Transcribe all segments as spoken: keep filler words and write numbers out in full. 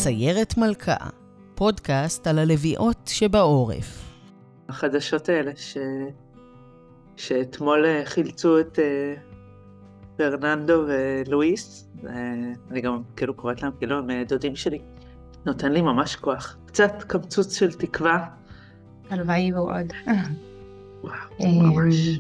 סיירת מלכה, פודקאסט על הלוויות שבעורף. החדשות האלה ש... שאתמול חילצו את ברננדו ולואיס, אני גם כאילו קוראת להם כאילו הם דודים שלי, נותן לי ממש כוח, קצת קמצוץ של תקווה. הלוואי ועוד. וואו, ממש.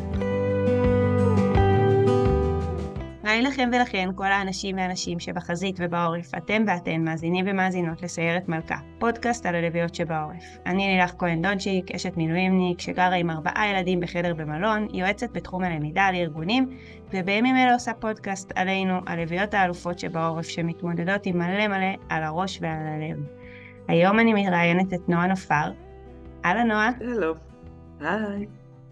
היי לכם ולכן, כל האנשים והאנשים שבחזית ובעורף, אתם ואתן מאזינים ומאזינות לסיירת מלכה, פודקאסט על הלוויות שבעורף. אני לילך כהן דונצ'יק, אשת מילואימניק, שגרה עם ארבעה ילדים בחדר במלון, יועצת בתחום הלמידה על ארגונים, ובימים אלה עושה פודקאסט עלינו, הלוויות האלופות שבעורף, שמתמודדות עם מלא מלא על הראש ועל הלב. היום אני מראיינת את נועה נופר. הלאה נועה. הלו, היי.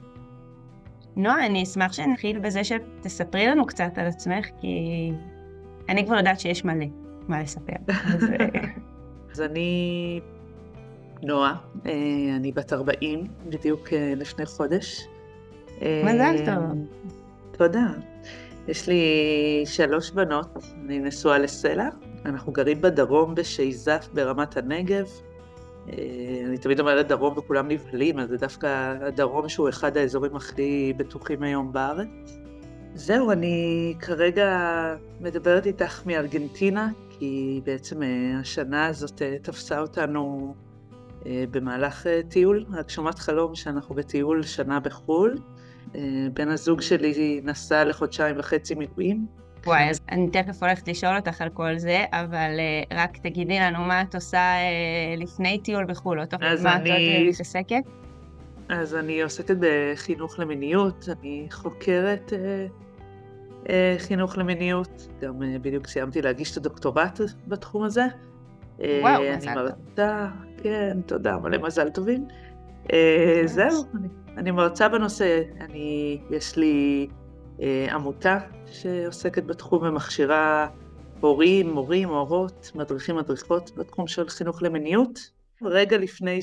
נועה, אני אשמח שנתחיל בזה שתספרי לנו קצת על עצמך, כי אני כבר יודעת שיש מלא מה לספר. אז... אז אני נועה, אני בת ארבעים, בדיוק לפני חודש. מזל טוב. תודה. יש לי שלוש בנות, אני נשואה לסלע, אנחנו גרים בדרום בשייזף ברמת הנגב. אני תמיד אומרת דרום וכולם נבהלים, אז זה דווקא הדרום שהוא אחד האזורים הכי בטוחים היום בארץ. זהו, אני כרגע מדברת איתך מארגנטינה, כי בעצם השנה הזאת תפסה אותנו במהלך טיול, הגשמת חלום שאנחנו בטיול שנה בחול. בן הזוג שלי נסע לחודשיים וחצי מילואים. וואי, אז אני תכף הולכת לשאול אותך על כל זה, אבל uh, רק תגידי לנו מה את עושה uh, לפני טיול בחו"ל, או תוך מה אני... את עוד מתעסקת? אז אני עוסקת בחינוך למיניות, אני חוקרת uh, uh, חינוך למיניות, גם uh, בדיוק סיימתי להגיש את הדוקטורט בתחום הזה. וואו, uh, מזל אני טוב. מרצה, כן, תודה, מלא מזל טובים. Uh, זהו, אני, אני מרצה בנושא, אני, יש לי... עמותה שעוסקת בתחום ומכשירה הורים, מורים, הורות, מדריכים, מדריכות בתחום של חינוך למיניות. רגע לפני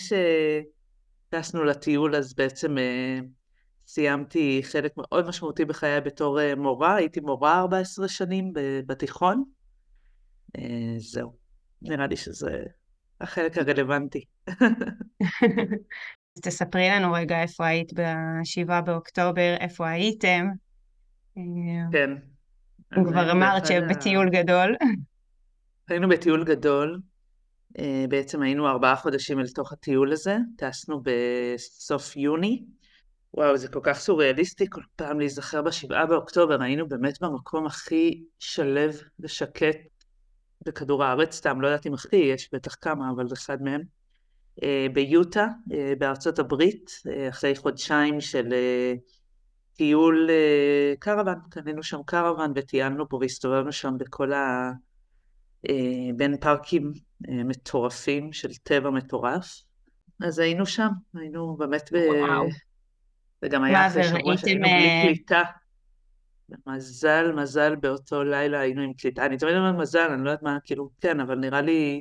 שטסנו לטיול, אז בעצם סיימתי חלק מאוד משמעותי בחיי בתור מורה, הייתי מורה ארבע עשרה שנים בתיכון. זהו, נראה לי שזה החלק הרלוונטי. אז תספרי לנו רגע איפה היית בשבעה באוקטובר, איפה הייתם. כן. כבר אמרת שבטיול גדול. היינו בטיול גדול, בעצם היינו ארבעה חודשים אל תוך הטיול הזה, טסנו בסוף יוני. וואו, זה כל כך סוריאליסטי כל פעם להיזכר בשבעה באוקטובר, היינו באמת במקום הכי שלב ושקט בכדור הארץ, סתם, לא יודעת אם הכי, יש בטח כמה, אבל אחד מהם. ביוטה, בארצות הברית, אחרי חודשיים של... טיול קרוון, קנינו שם קרוון וטיילנו בו והסתובבנו שם בכל ה... בין פארקים מטורפים של טבע מטורף. אז היינו שם, היינו באמת ב... וואו. וגם היה אחרי שבוע שהיינו בלי קליטה. מזל, מזל באותו לילה היינו עם קליטה. אני תמיד אומרת מזל, אני לא יודעת מה, כאילו, כן, אבל נראה לי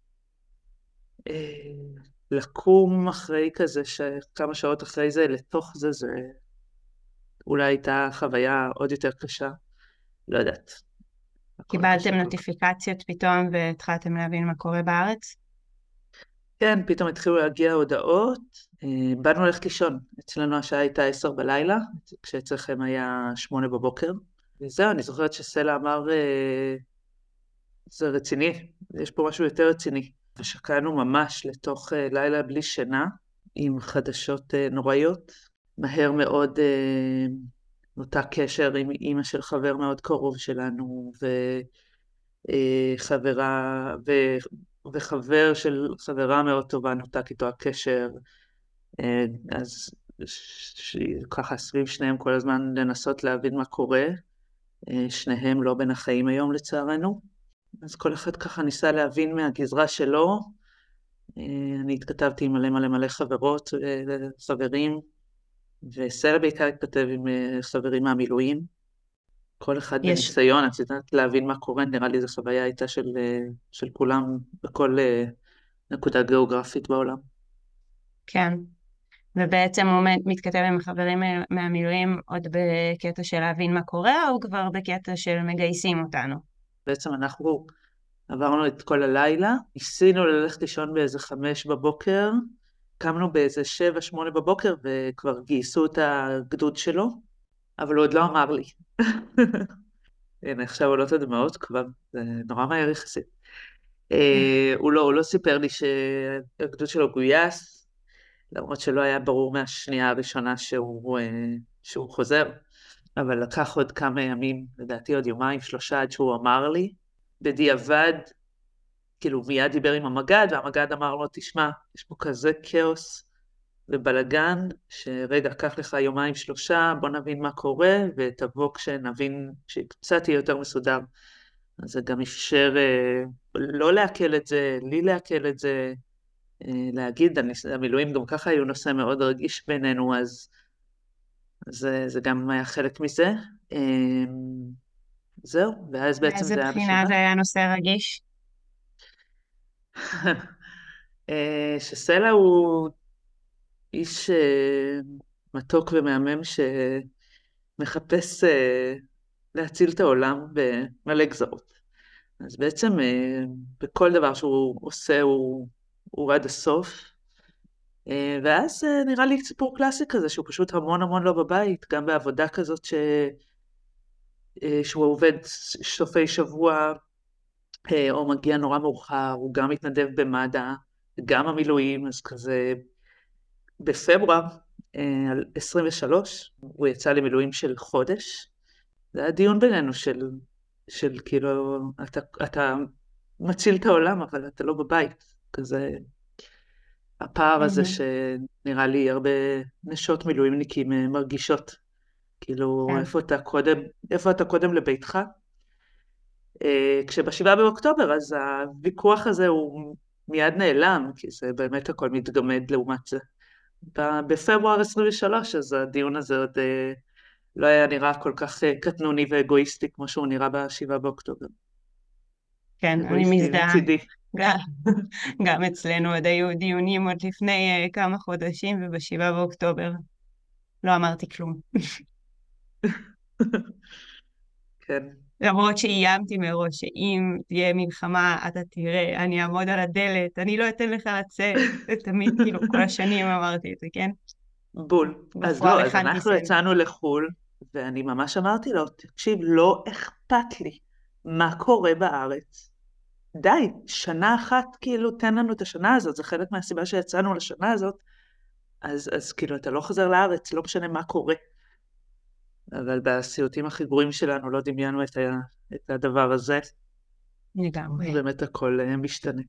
לקום אחרי כזה, כמה שעות אחרי זה, לתוך זה, זה... אולי הייתה חוויה עוד יותר קשה, לא יודעת. קיבלתם נוטיפיקציות פתאום והתחלתם להבין מה קורה בארץ? כן, פתאום התחילו להגיע הודעות, באנו ללכת לישון, אצלנו השעה הייתה עשר בלילה, כשאצלכם היה שמונה בבוקר, וזהו, אני זוכרת שסלע אמר, זה רציני, יש פה משהו יותר רציני, ושקענו ממש לתוך לילה בלי שינה, עם חדשות נוראיות, מהר מאוד אה, נוטה קשר עם אמא של חבר מאוד קרוב שלנו, וחברה, אה, ו, וחבר של חברה מאוד טובה נוטה איתו הקשר, אה, אז ש, ככה סביב שניהם כל הזמן לנסות להבין מה קורה, אה, שניהם לא בין החיים היום לצערנו, אז כל אחד ככה ניסה להבין מהגזרה שלו, אה, אני התכתבתי עם מלא מלא מלא חברות וחברים, וסלע בעיקר התכתב עם חברים מהמילואים, כל אחד יש... בניסיון, את יודעת להבין מה קורה, נראה לי זו חוויה הייתה של, של כולם בכל נקודה גיאוגרפית בעולם. כן, ובעצם הוא מתכתב עם החברים מהמילואים עוד בקטע של להבין מה קורה, או כבר בקטע של מגייסים אותנו? בעצם אנחנו עברנו את כל הלילה, ניסינו ללכת לישון באיזה חמש בבוקר, קמנו באיזה שבע, שמונה בבוקר, וכבר גייסו את הגדוד שלו, אבל הוא עוד לא אמר לי. הנה, עכשיו עולות הדמעות כבר, זה נורא מהר יחסית. הוא לא, הוא לא סיפר לי שהגדוד שלו גויס, למרות שלא היה ברור מהשנייה הראשונה שהוא, שהוא חוזר, אבל לקח עוד כמה ימים, לדעתי עוד יומיים, שלושה, עד שהוא אמר לי. בדיעבד, כאילו מיד דיבר עם המגד, והמגד אמר לו, תשמע, יש פה כזה כאוס ובלגן, שרגע, קח לך יומיים שלושה, בוא נבין מה קורה, ותבוא כשנבין שקצת יהיה יותר מסודר. אז זה גם אפשר אה, לא להקל את זה, לי להקל את זה, אה, להגיד, המילואים גם ככה היו נושא מאוד רגיש בינינו, אז זה, זה גם היה חלק מזה. אה, זהו, ואז בעצם זה היה בשנה. מאיזה בחינה זה היה נושא רגיש? שסלע הוא איש מתוק ומהמם שמחפש להציל את העולם במלא גזרות. אז בעצם בכל דבר שהוא עושה הוא, הוא עד הסוף. ואז נראה לי סיפור קלאסי כזה שהוא פשוט המון המון לא בבית, גם בעבודה כזאת ש... שהוא עובד סופי שבוע, או מגיע נורא מאוחר, הוא גם מתנדב במד"א, גם המילואים, אז כזה בפברואר עשרים ושלוש, הוא יצא למילואים של חודש. זה היה דיון בינינו של, של כאילו, אתה, אתה מציל את העולם, אבל אתה לא בבית. כזה, הפער הזה שנראה לי הרבה נשות מילואימניקים מרגישות. כאילו, איפה אתה קודם, איפה אתה קודם לביתך? כשבשבעה באוקטובר, אז הוויכוח הזה הוא מיד נעלם, כי זה באמת הכל מתגמד לעומת זה. בפברואר עשרים ושלוש, אז הדיון הזה עוד לא היה נראה כל כך קטנוני ואגואיסטי, כמו שהוא נראה בשבעה באוקטובר. כן, אני מזדהה. גם אצלנו עוד היו דיונים עוד לפני כמה חודשים, ובשבעה באוקטובר לא אמרתי כלום. כן. למרות שאיימתי מראש, שאם תהיה מלחמה, אתה תראה, אני אעמוד על הדלת, אני לא אתן לך לצאת, תמיד כאילו כל השנים אמרתי את זה, כן? בול. אז לא, אז אנחנו יצאנו לחול, ואני ממש אמרתי לו, תקשיב, לא אכפת לי מה קורה בארץ. די, שנה אחת, כאילו, תן לנו את השנה הזאת, זה חלק מהסיבה שיצאנו לשנה הזאת, אז, אז כאילו, אתה לא חוזר לארץ, לא משנה מה קורה. אבל בסיוטים הכי גרועים שלנו לא דמיינו את, ה, את הדבר הזה. לגמרי. באמת הכל משתנה.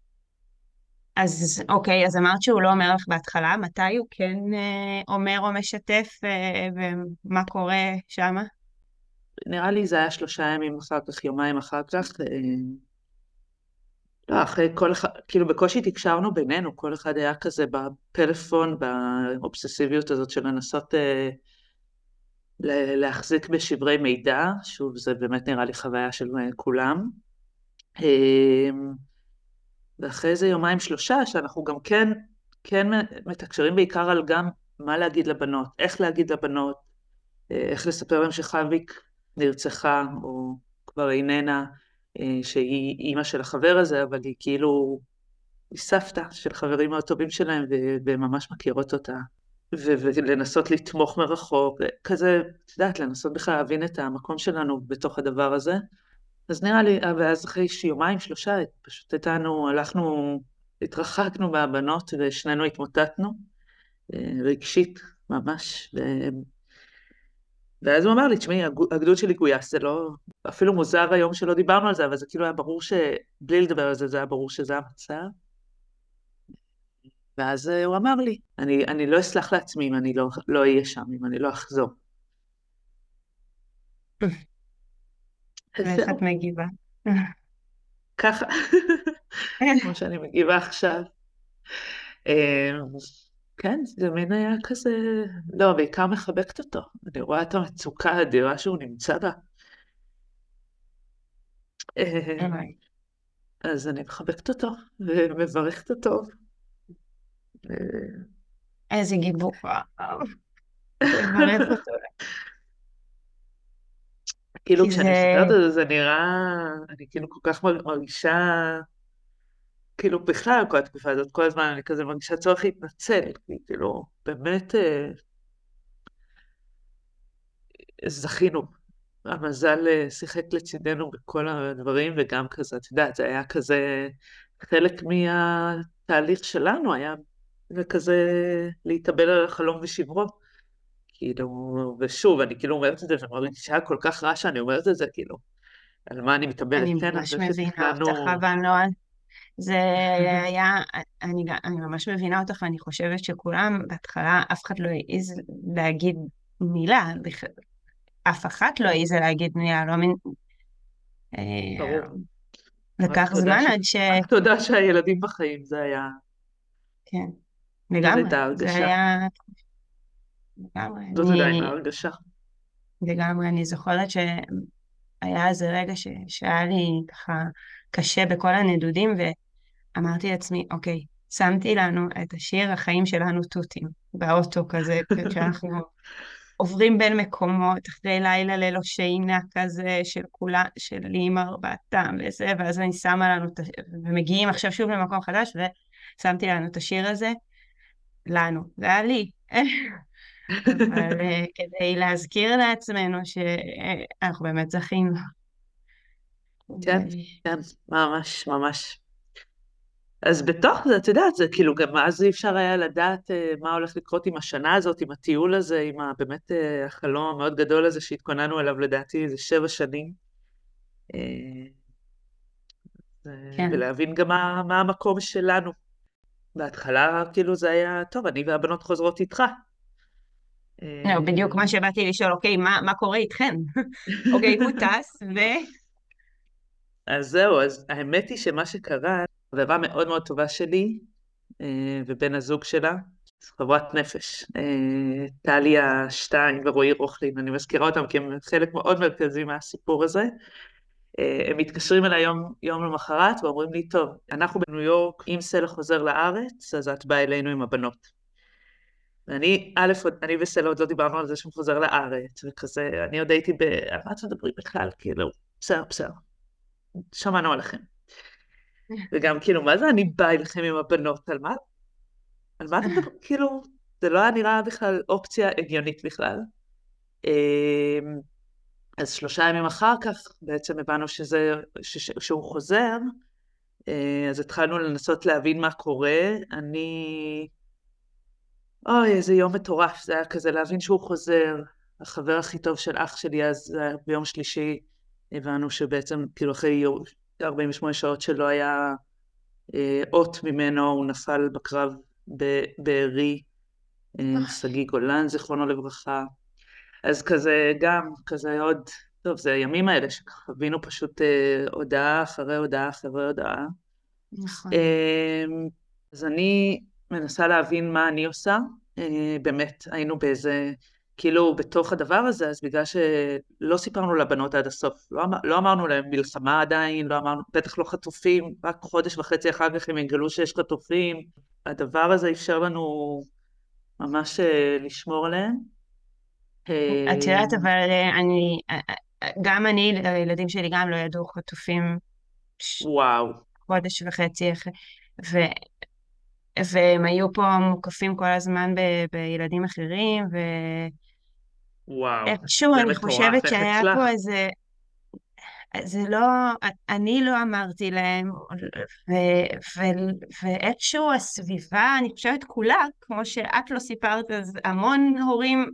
אז אוקיי, אז אמרת שהוא לא אומר לך בהתחלה, מתי הוא כן אה, אומר או משתף אה, ומה קורה שם? נראה לי זה היה שלושה ימים אחר כך, יומיים אחר כך. אה, לא, אחרי כל אחד, כאילו בקושי תקשרנו בינינו, כל אחד היה כזה בפלאפון, באובססיביות הזאת של לנסות אה, להחזיק בשברי מידע, שוב, זה באמת נראה לי חוויה של כולם. ואחרי זה יומיים שלושה, שאנחנו גם כן, כן מתקשרים בעיקר על גם מה להגיד לבנות, איך להגיד לבנות, איך לספר להם שחביק נרצחה, או כבר איננה, שהיא אימא של החבר הזה, אבל היא כאילו, היא סבתא של חברים הטובים שלהם, והן ממש מכירות אותה. ולנסות לתמוך מרחוק, כזה, את יודעת, לנסות בכלל להבין את המקום שלנו בתוך הדבר הזה. אז נראה לי, ואז אחרי שיומיים, שלושה, פשוט איתנו, הלכנו, התרחקנו מהבנות, ושנינו התמוטטנו, רגשית, ממש. ו... ואז הוא אמר לי, תשמעי, הגדוד שלי גויס, זה לא, אפילו מוזר היום שלא דיברנו על זה, אבל זה כאילו היה ברור שבלי לדבר על זה, זה היה ברור שזה המצב. ואז הוא אמר לי, אני, אני לא אסלח לעצמי אם אני לא, לא אהיה שם, אם אני לא אחזור. ואיך את מגיבה? ככה, כמו שאני מגיבה עכשיו. כן, זה מין היה כזה, לא, בעיקר מחבקת אותו. אני רואה את המצוקה האדירה שהוא נמצא בה. אז אני מחבקת אותו ומברכת אותו. איזה גיבור. לברך אותו. כאילו כי כשאני זה... מספרת את זה, זה נראה, אני כאילו כל כך מר- מרגישה, כאילו בכלל כל התקופה הזאת, כל הזמן אני כזה מרגישה צורך להתנצל, כי כאילו באמת אה, זכינו, המזל אה, שיחק לצידנו בכל הדברים, וגם כזה, את יודעת, זה היה כזה, חלק מהתהליך שלנו היה כזה להתאבל על החלום ושברו. כאילו, ושוב, אני כאילו אומרת את זה, ומרגישה כל כך רע שאני אומרת את זה, כאילו, על מה אני מתאבלת, אני כן, על ממש זה מבינה שתכננו... אותך, אבל לא... זה היה... אני, גם- אני ממש מבינה אותך, ואני חושבת שכולם, בהתחלה, אף אחד לא העז להגיד מילה, בכ- אף אחת לא העיזה להגיד מילה, לא מין... אה, ברור. רק לקח תודה זמן ש... עד ש... רק תודה שהילדים בחיים, זה היה כן, הרי לגמרי, את זה ההרגשה. היה... לגמרי, זאת עדיין אני... ההרגשה. לגמרי, אני זוכרת שהיה איזה רגע ש... שהיה לי ככה קשה בכל הנדודים, ואמרתי לעצמי, אוקיי, שמתי לנו את השיר "החיים שלנו תותים" באוטו כזה, כשאנחנו עוברים בין מקומות, אחרי לילה ללא שינה כזה, של כולה, שלי עם ארבעתם וזה, ואז אני שמה לנו, את ה- ומגיעים עכשיו שוב למקום חדש, ושמתי לנו את השיר הזה, לנו, זה היה לי. אבל אה, כדי להזכיר לעצמנו שאנחנו באמת זכינו. כן, ו- כן, ממש, ממש. אז בתוך זה, את יודעת, זה כאילו גם אז אי אפשר היה לדעת אה, מה הולך לקרות עם השנה הזאת, עם הטיול הזה, עם ה- באמת אה, החלום המאוד גדול הזה שהתכוננו אליו לדעתי איזה שבע שנים. אה, ו- כן, ולהבין גם מה, מה המקום שלנו. בהתחלה כאילו זה היה, טוב, אני והבנות חוזרות איתך. לא, בדיוק מה אה, שבאתי לשאול, אוקיי, מה, מה קורה איתכן? אוקיי, הוא טס, ו... אז זהו, אז האמת היא שמה שקרה, חברה מאוד מאוד טובה שלי, אה, ובן הזוג שלה, חברת נפש, אה, טליה שטיין ורועי רוכלין, אני מזכירה אותם כי הם חלק מאוד מרכזי מהסיפור הזה. אה, הם מתקשרים אליי יום, יום למחרת ואומרים לי, טוב, אנחנו בניו יורק, אם סלע חוזר לארץ, אז את באה אלינו עם הבנות. ואני, א', עוד- אני וסלע עוד לא דיברנו על זה שהוא חוזר לארץ, וכזה, אני עוד הייתי ב... על מה אתם מדברים בכלל? כאילו, בסדר, בסדר, שמענו עליכם. וגם כאילו, מה זה אני באה אליכם עם הבנות? על מה? על מה אתם מדברים? כאילו, זה לא היה נראה בכלל אופציה הגיונית בכלל. אמ, אז שלושה ימים אחר כך בעצם הבנו שזה, ש- ש- שהוא חוזר, אה, אז התחלנו לנסות להבין מה קורה. אני... אוי, איזה יום מטורף, זה היה כזה להבין שהוא חוזר. החבר הכי טוב של אח שלי, אז זה היה ביום שלישי, הבנו שבעצם, כאילו אחרי יום- ארבעים ושמונה שעות שלא היה אה, אות ממנו, הוא נפל בקרב בבארי, אה, שגיא גולן, זיכרונו לברכה. אז כזה גם, כזה עוד, טוב, זה הימים האלה שחווינו פשוט אה, הודעה אחרי הודעה אחרי הודעה. נכון. אה, אז אני מנסה להבין מה אני עושה. אה, באמת, היינו באיזה, כאילו בתוך הדבר הזה, אז בגלל שלא סיפרנו לבנות עד הסוף, לא, אמר, לא אמרנו להם מלחמה עדיין, לא אמרנו, בטח לא חטופים, רק חודש וחצי אחר כך הם יגלו שיש חטופים. הדבר הזה אפשר לנו ממש אה, לשמור עליהם. את אה, יודעת, אבל אה, אני, אה, אה, גם אני, הילדים שלי גם לא ידעו חטופים ש- וואו, חודש וחצי אחרי, ו, והם היו פה מוקפים כל הזמן ב, בילדים אחרים, וואו, ואיכשהו זה אני מטורף, חושבת איך שהיה הצלחת? פה איזה, זה לא, אני לא אמרתי להם, ו, ו, ואיכשהו הסביבה, אני חושבת כולה, כמו שאת לא סיפרת, אז המון הורים,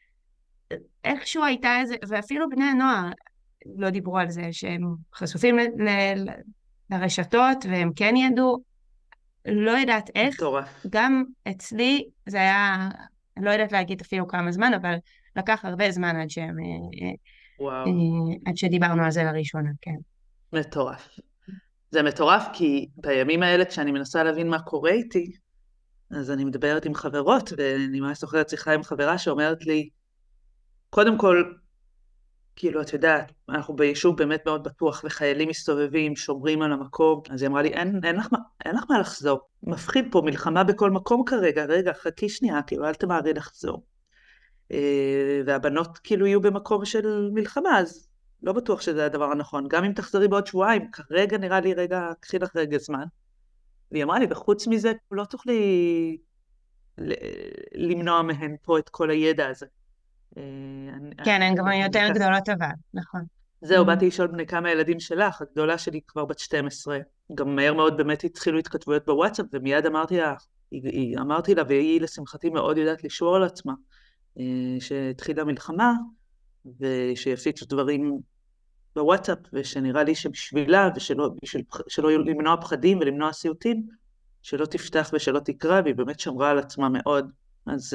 איכשהו הייתה איזה, ואפילו בני הנוער לא דיברו על זה, שהם חשופים ל, ל, לרשתות, והם כן ידעו, לא יודעת איך, מטורף, גם אצלי זה היה, לא יודעת להגיד אפילו כמה זמן, אבל לקח הרבה זמן עד שהם, אה, וואו, אה, עד שדיברנו על זה לראשונה, כן. מטורף. זה מטורף כי בימים האלה כשאני מנסה להבין מה קורה איתי, אז אני מדברת עם חברות, ואני ממש זוכרת שיחה עם חברה שאומרת לי, קודם כל, כאילו, את יודעת, אנחנו ביישוב באמת מאוד בטוח, וחיילים מסתובבים, שומרים על המקום, אז היא אמרה לי, אין, אין, לך, מה- אין לך מה לחזור. מפחיד פה מלחמה בכל מקום כרגע, רגע, חכי שנייה, כאילו, אל תמהרי לחזור. אה, והבנות כאילו יהיו במקום של מלחמה, אז לא בטוח שזה הדבר הנכון, גם אם תחזרי בעוד שבועיים, כרגע נראה לי רגע, קחי לך רגע זמן. והיא אמרה לי, וחוץ מזה, לא תוכלי למנוע מהן פה את כל הידע הזה. כן, הן גם יותר גדולות אבל, נכון. זהו, באתי לשאול בני כמה ילדים שלך, הגדולה שלי כבר בת שתים עשרה, גם מהר מאוד באמת התחילו התכתבויות בוואטסאפ, ומיד אמרתי לה, אמרתי לה, והיא לשמחתי מאוד יודעת לשמור על עצמה, שהתחילה מלחמה, ושיפיצו דברים בוואטסאפ, ושנראה לי שבשבילה, ושלא שלא למנוע פחדים ולמנוע סיוטים, שלא תפתח ושלא תקרא, והיא באמת שמרה על עצמה מאוד. אז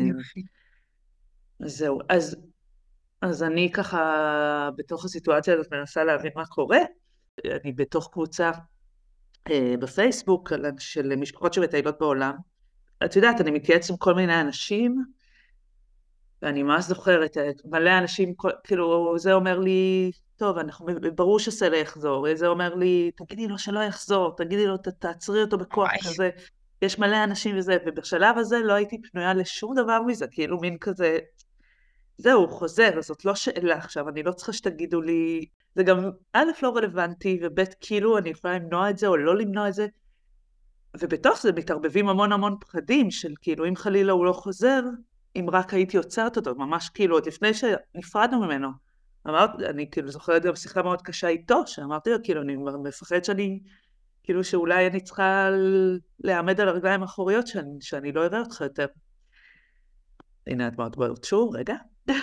זהו, אז אז אני ככה בתוך הסיטואציה הזאת מנסה להבין מה קורה. אני בתוך קבוצה אה, בפייסבוק של משפחות שמטיילות בעולם. את יודעת, אני מתייעץ עם כל מיני אנשים, ואני ממש זוכרת, מלא אנשים, כל, כאילו זה אומר לי, טוב, אנחנו, ברור שסלע יחזור, זה אומר לי, תגידי לו שלא יחזור, תגידי לו, ת, תעצרי אותו בכוח כזה. יש מלא אנשים וזה, ובשלב הזה לא הייתי פנויה לשום דבר מזה, כאילו מין כזה, זהו, חוזר, אז זאת לא שאלה עכשיו, אני לא צריכה שתגידו לי, זה גם א' לא רלוונטי, וב' כאילו אני יכולה למנוע את זה או לא למנוע את זה, ובתוך זה מתערבבים המון המון פחדים של כאילו אם חלילה הוא לא חוזר, אם רק הייתי יוצרת אותו, ממש כאילו עוד לפני שנפרדנו ממנו. אמרתי, אני כאילו זוכרת גם שיחה מאוד קשה איתו, שאמרתי לו כאילו אני מפחד שאני, כאילו שאולי אני צריכה לעמד על הרגליים האחוריות שאני, שאני לא אראה אותך יותר. הנה את מאוד באות שוב, רגע.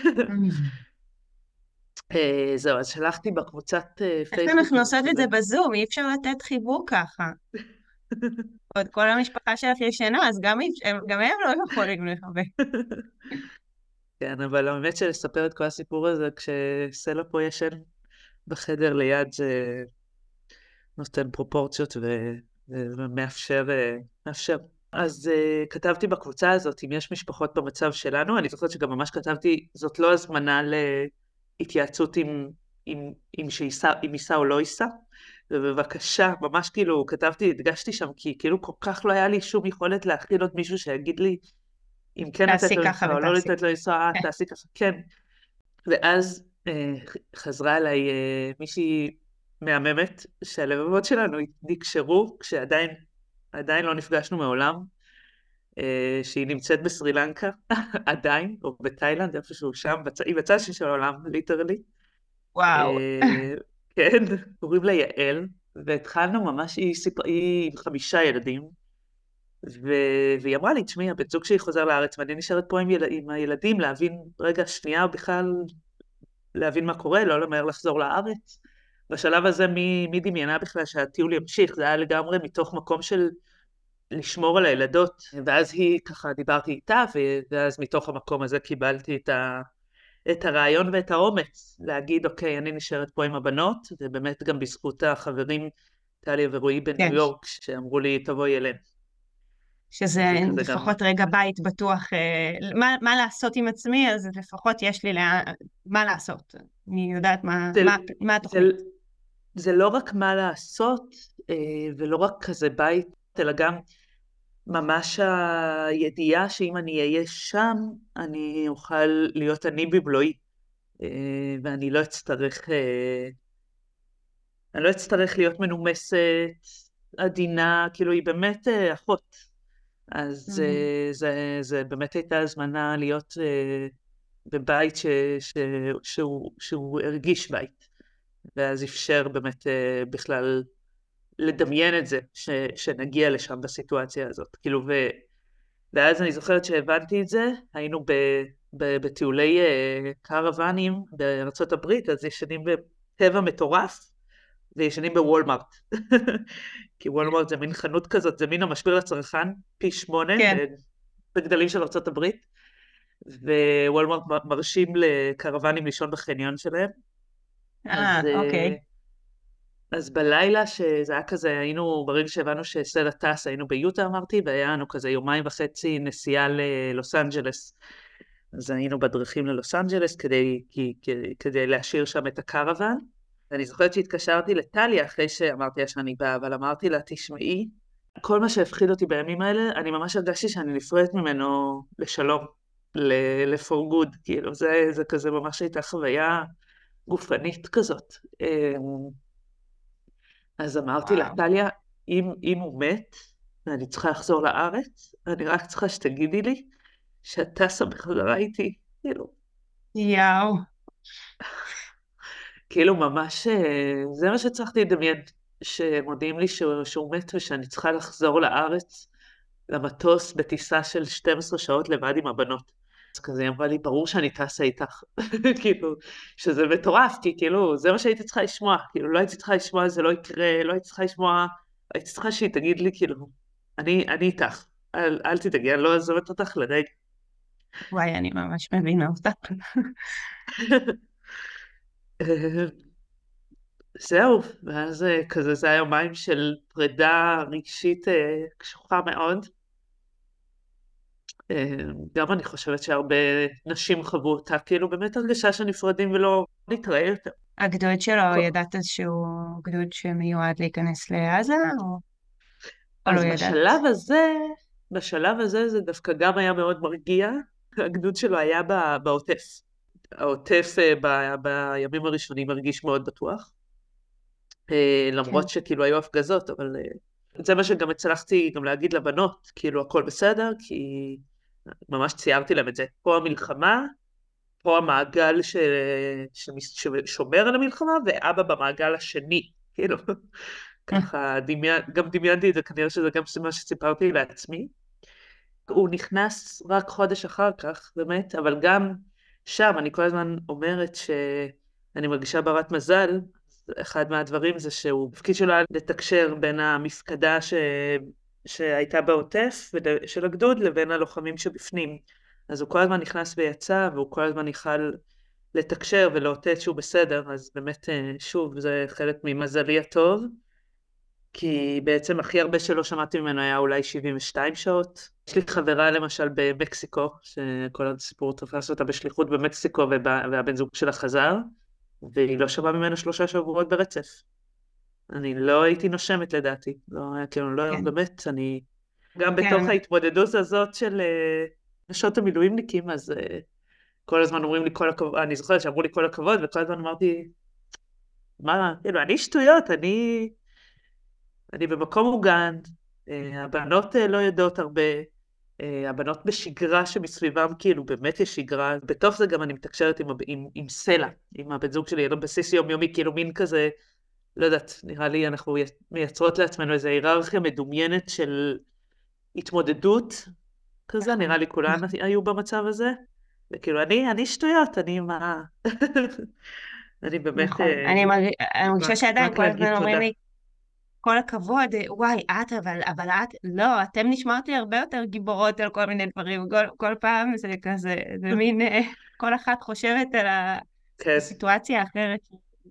זהו, אז שלחתי בקבוצת פייסבוק. איך אנחנו עושות את זה בזום? אי אפשר לתת חיבוק ככה. עוד כל המשפחה שלך ישנה, אז גם הם לא יכולים לחבק. כן, אבל האמת שלספר את כל הסיפור הזה, כשסלע פה ישן בחדר ליד, זה נותן פרופורציות ומאפשר. אז uh, כתבתי בקבוצה הזאת, אם יש משפחות במצב שלנו, אני זוכרת שגם ממש כתבתי, זאת לא הזמנה להתייעצות עם, עם, עם, שיסע, עם ייסע או לא ייסע, ובבקשה, ממש כאילו, כתבתי, הדגשתי שם, כי כאילו כל כך לא היה לי שום יכולת להכיל עוד מישהו שיגיד לי, אם כן לתת לו ייסע או לא לתת לו ייסע, תעשי ככה, כן. ואז uh, חזרה אליי uh, מישהי מהממת, שהלבבות שלנו נקשרו, כשעדיין, עדיין לא נפגשנו מעולם, שהיא נמצאת בסרילנקה, עדיין, או בתאילנד, איפשהו שם, היא בצד של העולם, ליטרלי. וואו. כן, קוראים לה יעל, והתחלנו ממש, היא עם חמישה ילדים, והיא אמרה לי, תשמעי, הבן זוג שלי חוזר לארץ, ואני נשארת פה עם הילדים, להבין רגע שנייה, או בכלל להבין מה קורה, לא למהר לחזור לארץ. בשלב הזה מי דמיינה בכלל שהטיול ימשיך, זה היה לגמרי מתוך מקום של לשמור על הילדות, ואז היא ככה דיברתי איתה, ואז מתוך המקום הזה קיבלתי את, ה, את הרעיון ואת האומץ, להגיד אוקיי, אני נשארת פה עם הבנות, ובאמת גם בזכות החברים, טליה ורועי בניו יורק, שאמרו לי תבואי אליהם. שזה לפחות גם... רגע בית בטוח, מה, מה לעשות עם עצמי, אז לפחות יש לי לה... מה לעשות, אני יודעת מה, זה, מה, מה התוכנית. זה, זה לא רק מה לעשות, ולא רק כזה בית, אלא גם ממש הידיעה שאם אני אהיה שם, אני אוכל להיות אני בבלועי, ואני לא אצטרך, אני לא אצטרך להיות מנומסת, עדינה, כאילו היא באמת אחות. אז זה, זה, זה באמת הייתה הזמנה להיות בבית ש, ש, שהוא, שהוא הרגיש בית, ואז אפשר באמת בכלל לדמיין את זה, ש, שנגיע לשם בסיטואציה הזאת. כאילו, ו, ואז אני זוכרת שהבנתי את זה, היינו ב, ב, בטיולי קרוונים בארצות הברית, אז ישנים בטבע מטורף, וישנים בוולמארט. כי וולמארט זה מין חנות כזאת, זה מין המשביר לצרכן, פי שמונה, כן. בגדלים של ארצות הברית, ווולמארט מרשים לקרוונים לישון בחניון שלהם. אה, אוקיי. אז בלילה שזה היה כזה, היינו, ברגע שהבנו שסלע טס, היינו ביוטה אמרתי, והיה לנו כזה יומיים וחצי נסיעה ללוס אנג'לס. אז היינו בדרכים ללוס אנג'לס כדי, כדי, כדי להשאיר שם את הקרוון. ואני זוכרת שהתקשרתי לטליה אחרי שאמרתי לה שאני באה, אבל אמרתי לה, תשמעי, כל מה שהפחיד אותי בימים האלה, אני ממש הרגשתי שאני נפרדת ממנו לשלום, ל-for good, כאילו, זה, זה כזה ממש הייתה חוויה גופנית כזאת. אז אמרתי לה, וואו. טליה, אם, אם הוא מת, ואני צריכה לחזור לארץ, אני רק צריכה שתגידי לי שאת טסה בחזרה איתי, כאילו. יאו. כאילו ממש, זה מה שצריכתי לדמיין, שמודיעים לי שהוא, שהוא מת ושאני צריכה לחזור לארץ, למטוס בטיסה של שתים עשרה שעות לבד עם הבנות. אז כזה היא אמרה לי, ברור שאני טסה איתך. כאילו, שזה מטורף, כי כאילו, זה מה שהייתי צריכה לשמוע. כאילו, לא הייתי צריכה לשמוע, זה לא יקרה, לא הייתי צריכה לשמוע, הייתי צריכה שהיא תגיד לי, כאילו, אני, אני איתך. אל, אל תדאגי, אני לא עזבת אותך לרגע. וואי, אני ממש מבינה אותה. זהו, ואז אה, כזה זה היה יומיים של פרידה רגשית אה, קשוחה מאוד. אה, גם אני חושבת שהרבה נשים חוו אותה, כאילו באמת הרגשה שנפרדים ולא נתראה יותר. הגדוד שלו, כל- ידעת שהוא גדוד שמיועד להיכנס לעזה, או, או לא אז ידעת? בשלב הזה, בשלב הזה זה דווקא גם היה מאוד מרגיע. הגדוד שלו היה ב- בעוטף. העוטף אה, ב- בימים הראשונים הרגיש מאוד בטוח. אה, למרות שכאילו היו הפגזות, אבל אה, זה מה שגם הצלחתי גם להגיד לבנות, כאילו הכל בסדר, כי ממש ציירתי להם את זה. פה המלחמה, פה המעגל ש... ש... ששומר על המלחמה, ואבא במעגל השני, כאילו. ככה דמיין, גם דמיינתי את זה, כנראה שזה גם מה שסיפרתי לעצמי. הוא נכנס רק חודש אחר כך, באמת, אבל גם שם אני כל הזמן אומרת שאני מרגישה ברת מזל. אחד מהדברים זה שהוא, תפקיד שלו היה לתקשר בין המפקדה ש... שהייתה בעוטף של הגדוד לבין הלוחמים שבפנים. אז הוא כל הזמן נכנס ויצא, והוא כל הזמן יכל לתקשר ולאותת שהוא בסדר, אז באמת, שוב, זה חלק ממזלי הטוב, כי בעצם הכי הרבה שלא שמעתי ממנו היה אולי שבעים ושתיים שעות. יש לי חברה למשל במקסיקו, שכל הסיפור תפס אותה בשליחות במקסיקו, והבן זוג שלה חזר, והיא לא שמעה ממנו שלושה שבועות ברצף. אני לא הייתי נושמת לדעתי, לא היה כאילו, לא, כן. באמת, אני, גם כן. בתוך ההתמודדות הזאת של נשות המילואימניקים, אז כל הזמן אומרים לי כל הכבוד, אני זוכרת שאמרו לי כל הכבוד, וכל הזמן אמרתי, מה, כאילו, אני שטויות, אני, אני במקום מוגן, הבנות לא יודעות הרבה, הבנות בשגרה שמסביבם, כאילו, באמת יש שגרה, בתוך זה גם אני מתקשרת עם, עם, עם סלע, עם הבן זוג שלי, על בסיס יומיומי, כאילו מין כזה, לא יודעת, נראה לי אנחנו מייצרות לעצמנו איזו היררכיה מדומיינת של התמודדות כזה, נראה לי כולן היו במצב הזה, וכאילו אני, אני שטויות, אני מה... אני באמת... נכון, אני מרגישה שעדיין כל הזמן אומרים לי, כל הכבוד, וואי, את, אבל, אבל את, לא, אתם נשמעת לי הרבה יותר גיבורות על כל מיני דברים, כל, כל פעם זה כזה, זה מין, כל אחת חושבת על הסיטואציה האחרת.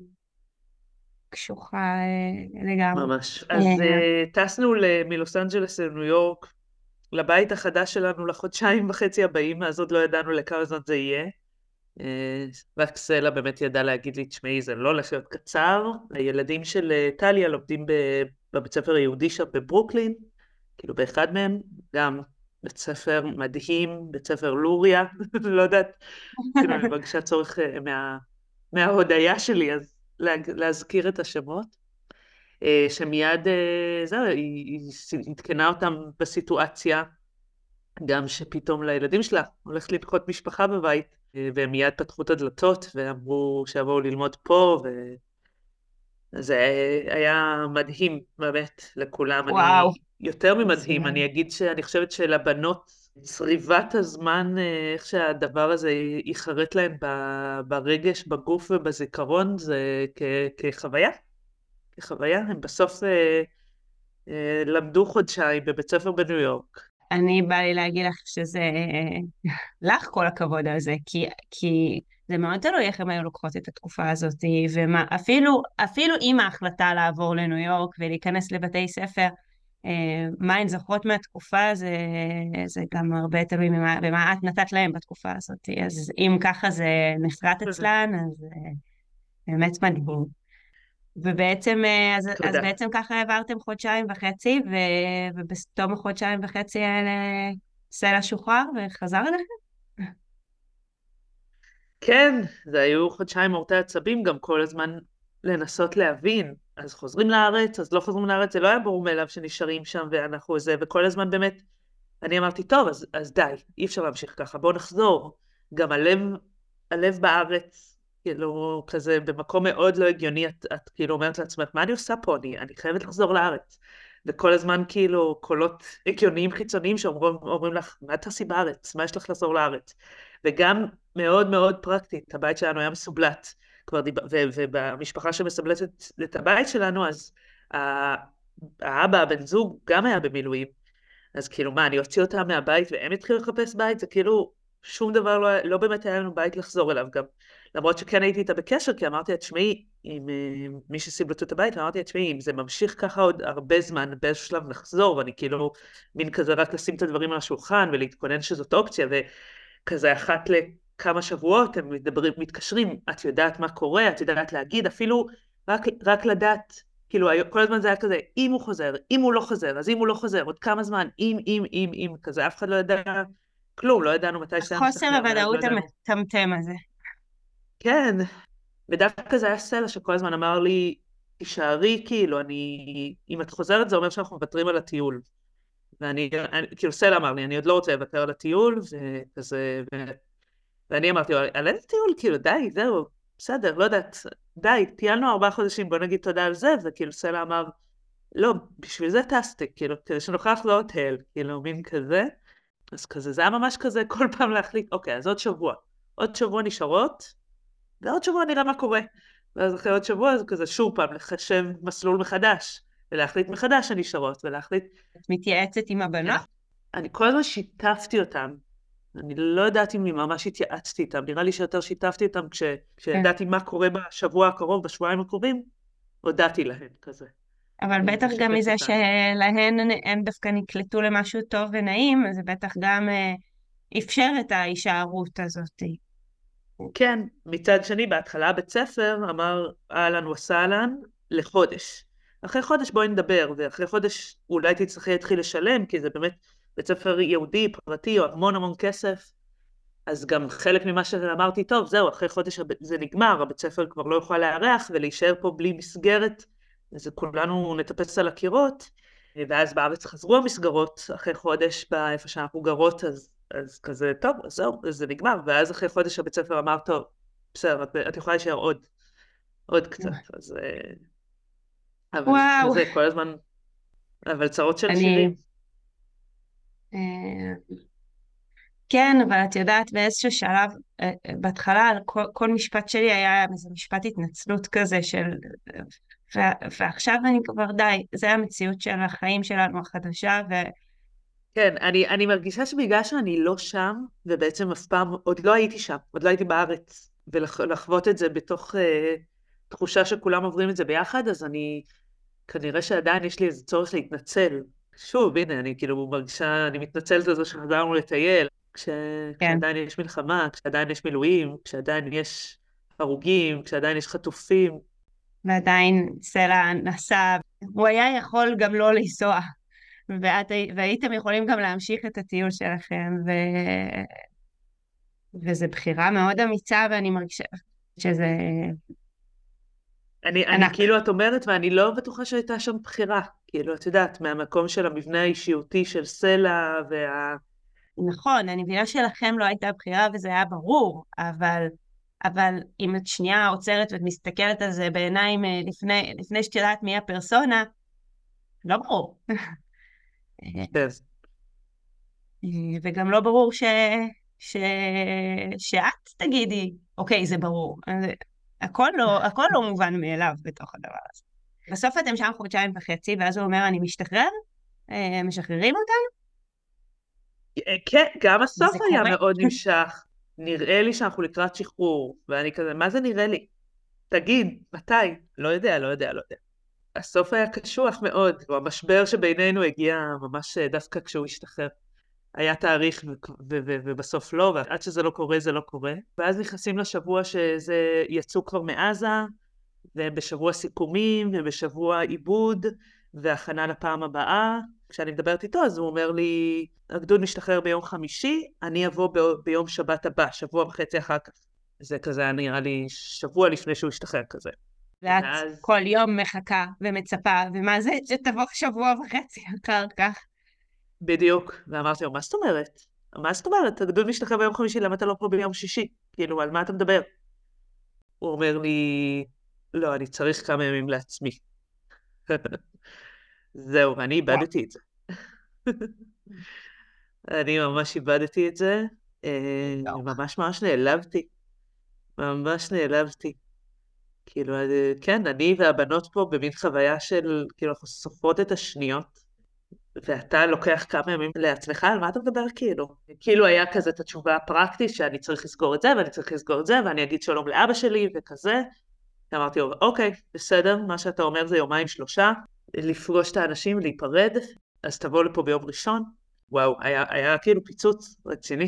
קשוחה לגמרי. ממש. אז טסנו מלוס אנג'לס לניו יורק, לבית החדש שלנו לחודשיים וחצי הבאים, אז עוד לא ידענו לכמה זמן זה יהיה. רק סלע באמת ידע להגיד לי, תשמעי, זה לא הולך להיות קצר. הילדים של טליה לומדים בבית ספר היהודי שם בברוקלין, כאילו באחד מהם, גם בית ספר מדהים, בית ספר לוריה, לא יודעת, כאילו אני מרגישה צורך מה, מההודעה שלי, אז להזכיר את השמות, שמיד, זהו, היא התקנה אותם בסיטואציה, גם שפתאום לילדים שלה הולכת לנחות משפחה בבית, והם מיד פתחו את הדלתות ואמרו שיבואו ללמוד פה, וזה היה מדהים באמת לכולם. וואו. אני יותר ממדהים, אני אגיד שאני חושבת שלבנות צריבת הזמן, איך שהדבר הזה יחרט להם ברגש, בגוף ובזיכרון, זה כחוויה. כחוויה, הם בסוף למדו חודשיים בבית ספר בניו יורק. אני בא לי להגיד לך שזה, לך כל הכבוד על זה, כי, כי זה מאוד תלוי איך הם היו לוקחות את התקופה הזאת, ומה, אפילו, אפילו עם ההחלטה לעבור לניו יורק ולהיכנס לבתי ספר, מה הן זוכרות מהתקופה, זה, זה גם הרבה תלוי במה, במה את נתת להם בתקופה הזאת, אז אם ככה זה נחרט אצלן, אז באמת מדהים. ובעצם, אז, אז בעצם ככה העברתם חודשיים וחצי, ו, ובתום החודשיים וחצי האלה סלע שוחרר וחזר אליכם? כן, זה היו חודשיים מורטי עצבים, גם כל הזמן לנסות להבין. אז חוזרים לארץ, אז לא חוזרים לארץ, זה לא היה ברור מאליו שנשארים שם ואנחנו זה, וכל הזמן באמת, אני אמרתי, טוב, אז, אז די, אי אפשר להמשיך ככה, בואו נחזור. גם הלב, הלב בארץ, כאילו, כזה במקום מאוד לא הגיוני, את, את כאילו אומרת לעצמך, מה אני עושה פה? אני, אני חייבת לחזור לארץ. וכל הזמן כאילו קולות הגיוניים חיצוניים שאומרים לך, מה תעשי בארץ? מה יש לך לחזור לארץ? וגם מאוד מאוד פרקטית, הבית שלנו היה מסובלט, כבר דיב... ו... ובמשפחה שמסבלטת את הבית שלנו, אז האבא, הבן זוג, גם היה במילואים, אז כאילו מה, אני הוציא אותם מהבית והם התחילו לחפש בית, זה כאילו שום דבר לא, לא באמת היה לנו בית לחזור אליו גם, למרות שכן הייתי איתה בקשר, כי אמרתי את שמי, עם uh, מי שסיבלטו את הבית, אמרתי את שמי, אם זה ממשיך ככה עוד הרבה זמן, באיזשהו שלב נחזור, ואני כאילו מין כזה רק לשים את הדברים על השולחן, ולהתכונן שזאת אופציה, וכזה אחת לכמה שבועות, הם מדברים, מתקשרים, את יודעת מה קורה, את יודעת להגיד, אפילו רק, רק לדעת, כאילו כל הזמן זה היה כזה, אם הוא חוזר, אם הוא לא חוזר, אז אם הוא לא חוזר, עוד כמה זמן, אם, אם, אם, אם, כזה, אף אחד לא ידע כלום, לא ידענו מתי שזה חוסר הוודאות המטמטם הזה. כן, ודווקא זה היה סלע שכל הזמן אמר לי, תישארי, כאילו, אני, אם את חוזרת זה אומר שאנחנו מוותרים על הטיול. ואני, אני, כאילו סלע אמר לי, אני עוד לא רוצה לוותר על הטיול, וכזה, ו... ואני אמרתי, על איזה טיול, כאילו, די, זהו, בסדר, לא יודעת, די, טיילנו ארבעה חודשים, בוא נגיד תודה על זה, וכאילו סלע אמר, לא, בשביל זה טסתי, כאילו, כדי שנוכל לחזור לטייל, כאילו, מין כזה. אז כזה, זה היה ממש כזה, כל פעם להחליט, אוקיי, אז עוד שבוע, עוד שבוע נשארות, ועוד שבוע נראה מה קורה. ואז אחרי עוד שבוע, אז כזה שוב פעם, לחשב מסלול מחדש, ולהחליט מחדש הנשארות, ולהחליט... את מתייעצת עם הבנות? אני כל הזמן שיתפתי אותם, אני לא יודעת אם אני ממש התייעצתי איתם, נראה לי שיותר שיתפתי אותם כש, כשידעתי מה קורה בשבוע הקרוב, בשבועיים הקרובים, הודעתי להן כזה. אבל בטח גם מזה שלהן הם דווקא נקלטו למשהו טוב ונעים, אז זה בטח גם אפשר את ההישארות הזאת. כן, מצד שני, בהתחלה בית ספר אמר אהלן וסהלן לחודש. אחרי חודש בואי נדבר, ואחרי חודש אולי תצטרכי להתחיל לשלם, כי זה באמת בית ספר יהודי, פרטי, או המון המון כסף. אז גם חלק ממה שאמרתי, טוב, זהו, אחרי חודש זה נגמר, הבית ספר כבר לא יוכל לארח, ולהישאר פה בלי מסגרת, אז כולנו נטפס על הקירות, ואז בארץ חזרו המסגרות אחרי חודש, באיפה שאנחנו גרות, אז אז כזה, טוב, אז זהו, זה נגמר, ואז אחרי חודש הבית ספר אמר, טוב, בסדר, את, את יכולה להישאר עוד, עוד קצת, אז... אבל וואו. כזה, כל הזמן, אבל צרות של אני... שירים. כן, אבל את יודעת, באיזשהו שלב, בהתחלה, כל, כל משפט שלי היה איזה משפט התנצלות כזה של... ו, ועכשיו אני כבר די, זה המציאות של החיים שלנו החדשה, ו... כן, אני, אני מרגישה שבגלל שאני לא שם, ובעצם אף פעם, עוד לא הייתי שם, עוד לא הייתי בארץ, ולחוות את זה בתוך אה, תחושה שכולם עוברים את זה ביחד, אז אני, כנראה שעדיין יש לי איזה צורך להתנצל. שוב, הנה, אני כאילו מרגישה, אני מתנצלת על זה שחזרנו לטייל, כש, כן. כשעדיין יש מלחמה, כשעדיין יש מילואים, כשעדיין יש הרוגים, כשעדיין יש חטופים. ועדיין סלע נסע, הוא היה יכול גם לא לנסוע. ואת, והייתם יכולים גם להמשיך את הטיול שלכם, ו... וזו בחירה מאוד אמיצה, ואני מרגישה שזה... אני, אני כאילו את אומרת, ואני לא בטוחה שהייתה שם בחירה, כאילו את יודעת, מהמקום של המבנה האישיותי של סלע, וה... נכון, אני מבינה שלכם לא הייתה בחירה, וזה היה ברור, אבל, אבל אם את שנייה עוצרת ואת מסתכלת על זה בעיניים לפני, לפני שתדעת מי הפרסונה, לא ברור. וגם לא ברור ש... ש... שאת תגידי, אוקיי, זה ברור. הכל לא, הכל לא מובן מאליו בתוך הדבר הזה. בסוף אתם שם חודשיים וחצי, ואז הוא אומר, אני משתחרר? משחררים אותנו? כן, גם הסוף היה מאוד נמשך. נראה לי שאנחנו לקראת שחרור, ואני כזה, מה זה נראה לי? תגיד, מתי? לא יודע, לא יודע, לא יודע. הסוף היה קשוח מאוד, המשבר שבינינו הגיע ממש דווקא כשהוא השתחרר. היה תאריך ובסוף לא, ועד שזה לא קורה זה לא קורה. ואז נכנסים לשבוע שזה יצאו כבר מעזה, ובשבוע סיכומים, ובשבוע עיבוד, והכנה לפעם הבאה. כשאני מדברת איתו, אז הוא אומר לי, הגדוד משתחרר ביום חמישי, אני אבוא ב- ביום שבת הבא, שבוע וחצי אחר כך. זה כזה היה נראה לי שבוע לפני שהוא השתחרר כזה. ואת ואז... כל יום מחכה ומצפה, ומה זה שתבוא שבוע וחצי אחר כך? בדיוק, ואמרתי לו, מה זאת אומרת? מה זאת אומרת? הגדוד משתחרר ביום חמישי, למה אתה לא פה ביום שישי? כאילו, על מה אתה מדבר? הוא אומר לי, לא, אני צריך כמה ימים לעצמי. זהו, ואני איבדתי את זה. אני ממש איבדתי את זה, ממש ממש נעלבתי. ממש נעלבתי. כאילו, כן, אני והבנות פה במין חוויה של, כאילו, אנחנו סופרות את השניות, ואתה לוקח כמה ימים לעצמך, על מה אתה מדבר כאילו? כאילו היה כזה את התשובה הפרקטית, שאני צריך לסגור את זה, ואני צריך לסגור את זה, ואני אגיד שלום לאבא שלי, וכזה. אמרתי לו, אוקיי, בסדר, מה שאתה אומר זה יומיים שלושה, לפגוש את האנשים, להיפרד, אז תבוא לפה ביום ראשון. וואו, היה, היה כאילו פיצוץ רציני.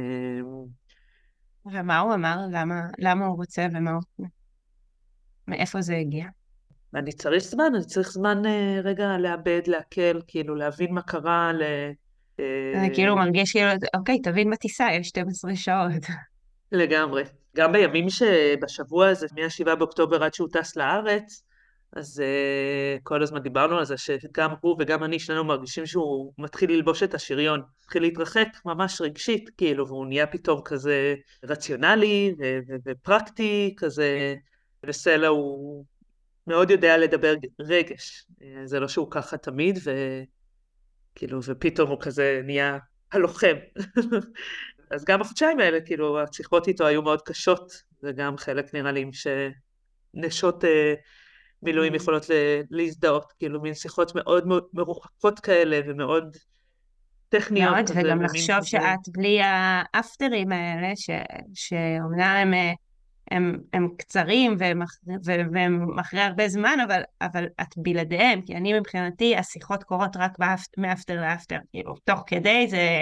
ומה הוא אמר? למה, למה הוא רוצה ומה הוא... מאיפה זה הגיע? אני צריך זמן, אני צריך זמן אה, רגע לאבד, להקל, כאילו להבין מה קרה, ל... אני כאילו מרגיש כאילו, אוקיי, תבין בטיסה, יש שתים עשרה שעות. לגמרי. גם בימים שבשבוע הזה, מהשבעה באוקטובר עד שהוא טס לארץ, אז uh, כל הזמן דיברנו על זה, שגם הוא וגם אני, שנינו מרגישים שהוא מתחיל ללבוש את השריון, מתחיל להתרחק ממש רגשית, כאילו, והוא נהיה פתאום כזה רציונלי ו- ו- ופרקטי, כזה, וסלע הוא מאוד יודע לדבר רגש, זה לא שהוא ככה תמיד, וכאילו, ופתאום הוא כזה נהיה הלוחם. אז גם החודשיים האלה, כאילו, השיחות איתו היו מאוד קשות, וגם חלק נראה לי שנשות אה, מילואים יכולות להזדהות, כאילו, מין שיחות מאוד מרוחקות כאלה, ומאוד טכניות. מאוד, כזה, וגם לחשוב כזה... שאת בלי האפטרים האלה, ש... שאומנם הם, הם, הם קצרים, והם, והם אחרי הרבה זמן, אבל, אבל את בלעדיהם, כי אני מבחינתי, השיחות קורות רק מאפטר לאפטר, כאילו, תוך כדי זה...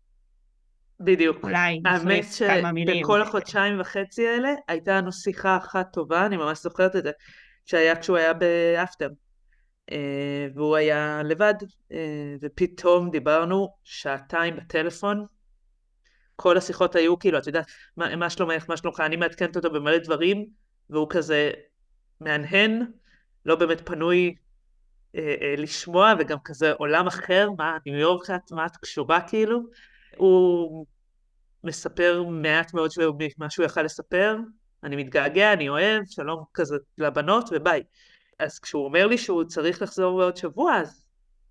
בדיוק. אולי נחליף כמה מילים. האמת שבכל החודשיים וחצי האלה הייתה לנו שיחה אחת טובה, אני ממש זוכרת את זה, שהיה כשהוא היה באפטר, והוא היה לבד, ופתאום דיברנו שעתיים בטלפון, כל השיחות היו כאילו, את יודעת, מה, מה שלומך, מה שלומך, אני מעדכנת אותו במלא דברים, והוא כזה מהנהן, לא באמת פנוי אה, אה, לשמוע, וגם כזה עולם אחר, מה, ניו יורק, מה את קשובה כאילו, הוא מספר מעט מאוד מה שהוא יכל לספר, אני מתגעגע, אני אוהב, שלום כזה לבנות וביי. אז כשהוא אומר לי שהוא צריך לחזור בעוד שבוע, אז,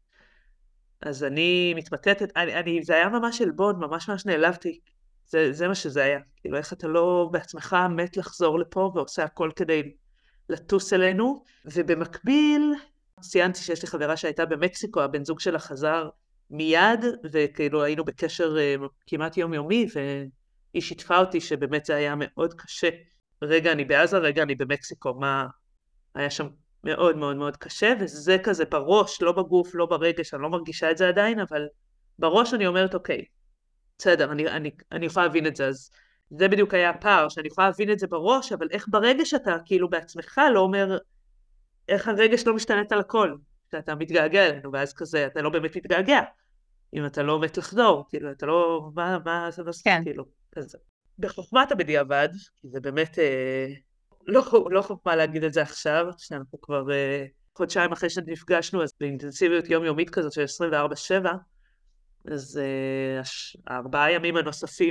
אז אני מתמתתת, אני, אני, זה היה ממש אלבון, ממש ממש נעלבתי, זה, זה מה שזה היה, כאילו איך אתה לא בעצמך מת לחזור לפה ועושה הכל כדי לטוס אלינו, ובמקביל ציינתי שיש לי חברה שהייתה במקסיקו, הבן זוג שלה חזר מיד, וכאילו היינו בקשר uh, כמעט יומיומי, והיא שיתפה אותי שבאמת זה היה מאוד קשה. רגע אני בעזה, רגע אני במקסיקו, מה היה שם מאוד מאוד מאוד קשה, וזה כזה בראש, לא בגוף, לא ברגש, אני לא מרגישה את זה עדיין, אבל בראש אני אומרת, אוקיי, בסדר, אני, אני, אני יכולה להבין את זה, אז זה בדיוק היה הפער, שאני יכולה להבין את זה בראש, אבל איך ברגש אתה כאילו בעצמך לא אומר, איך הרגש לא משתלט על הכל, שאתה מתגעגע אלינו, ואז כזה, אתה לא באמת מתגעגע, אם אתה לא מת לחזור, כאילו, אתה לא, מה, מה, זה לא, כן. כאילו, כזה. בחוכמת הבדיעבד, כי זה באמת, אה, לא, לא חוכמה להגיד את זה עכשיו, שאנחנו כבר אה, חודשיים אחרי שנפגשנו, אז באינטנסיביות יומיומית כזאת של עשרים וארבע שבע, אז אה, הארבעה ימים הנוספים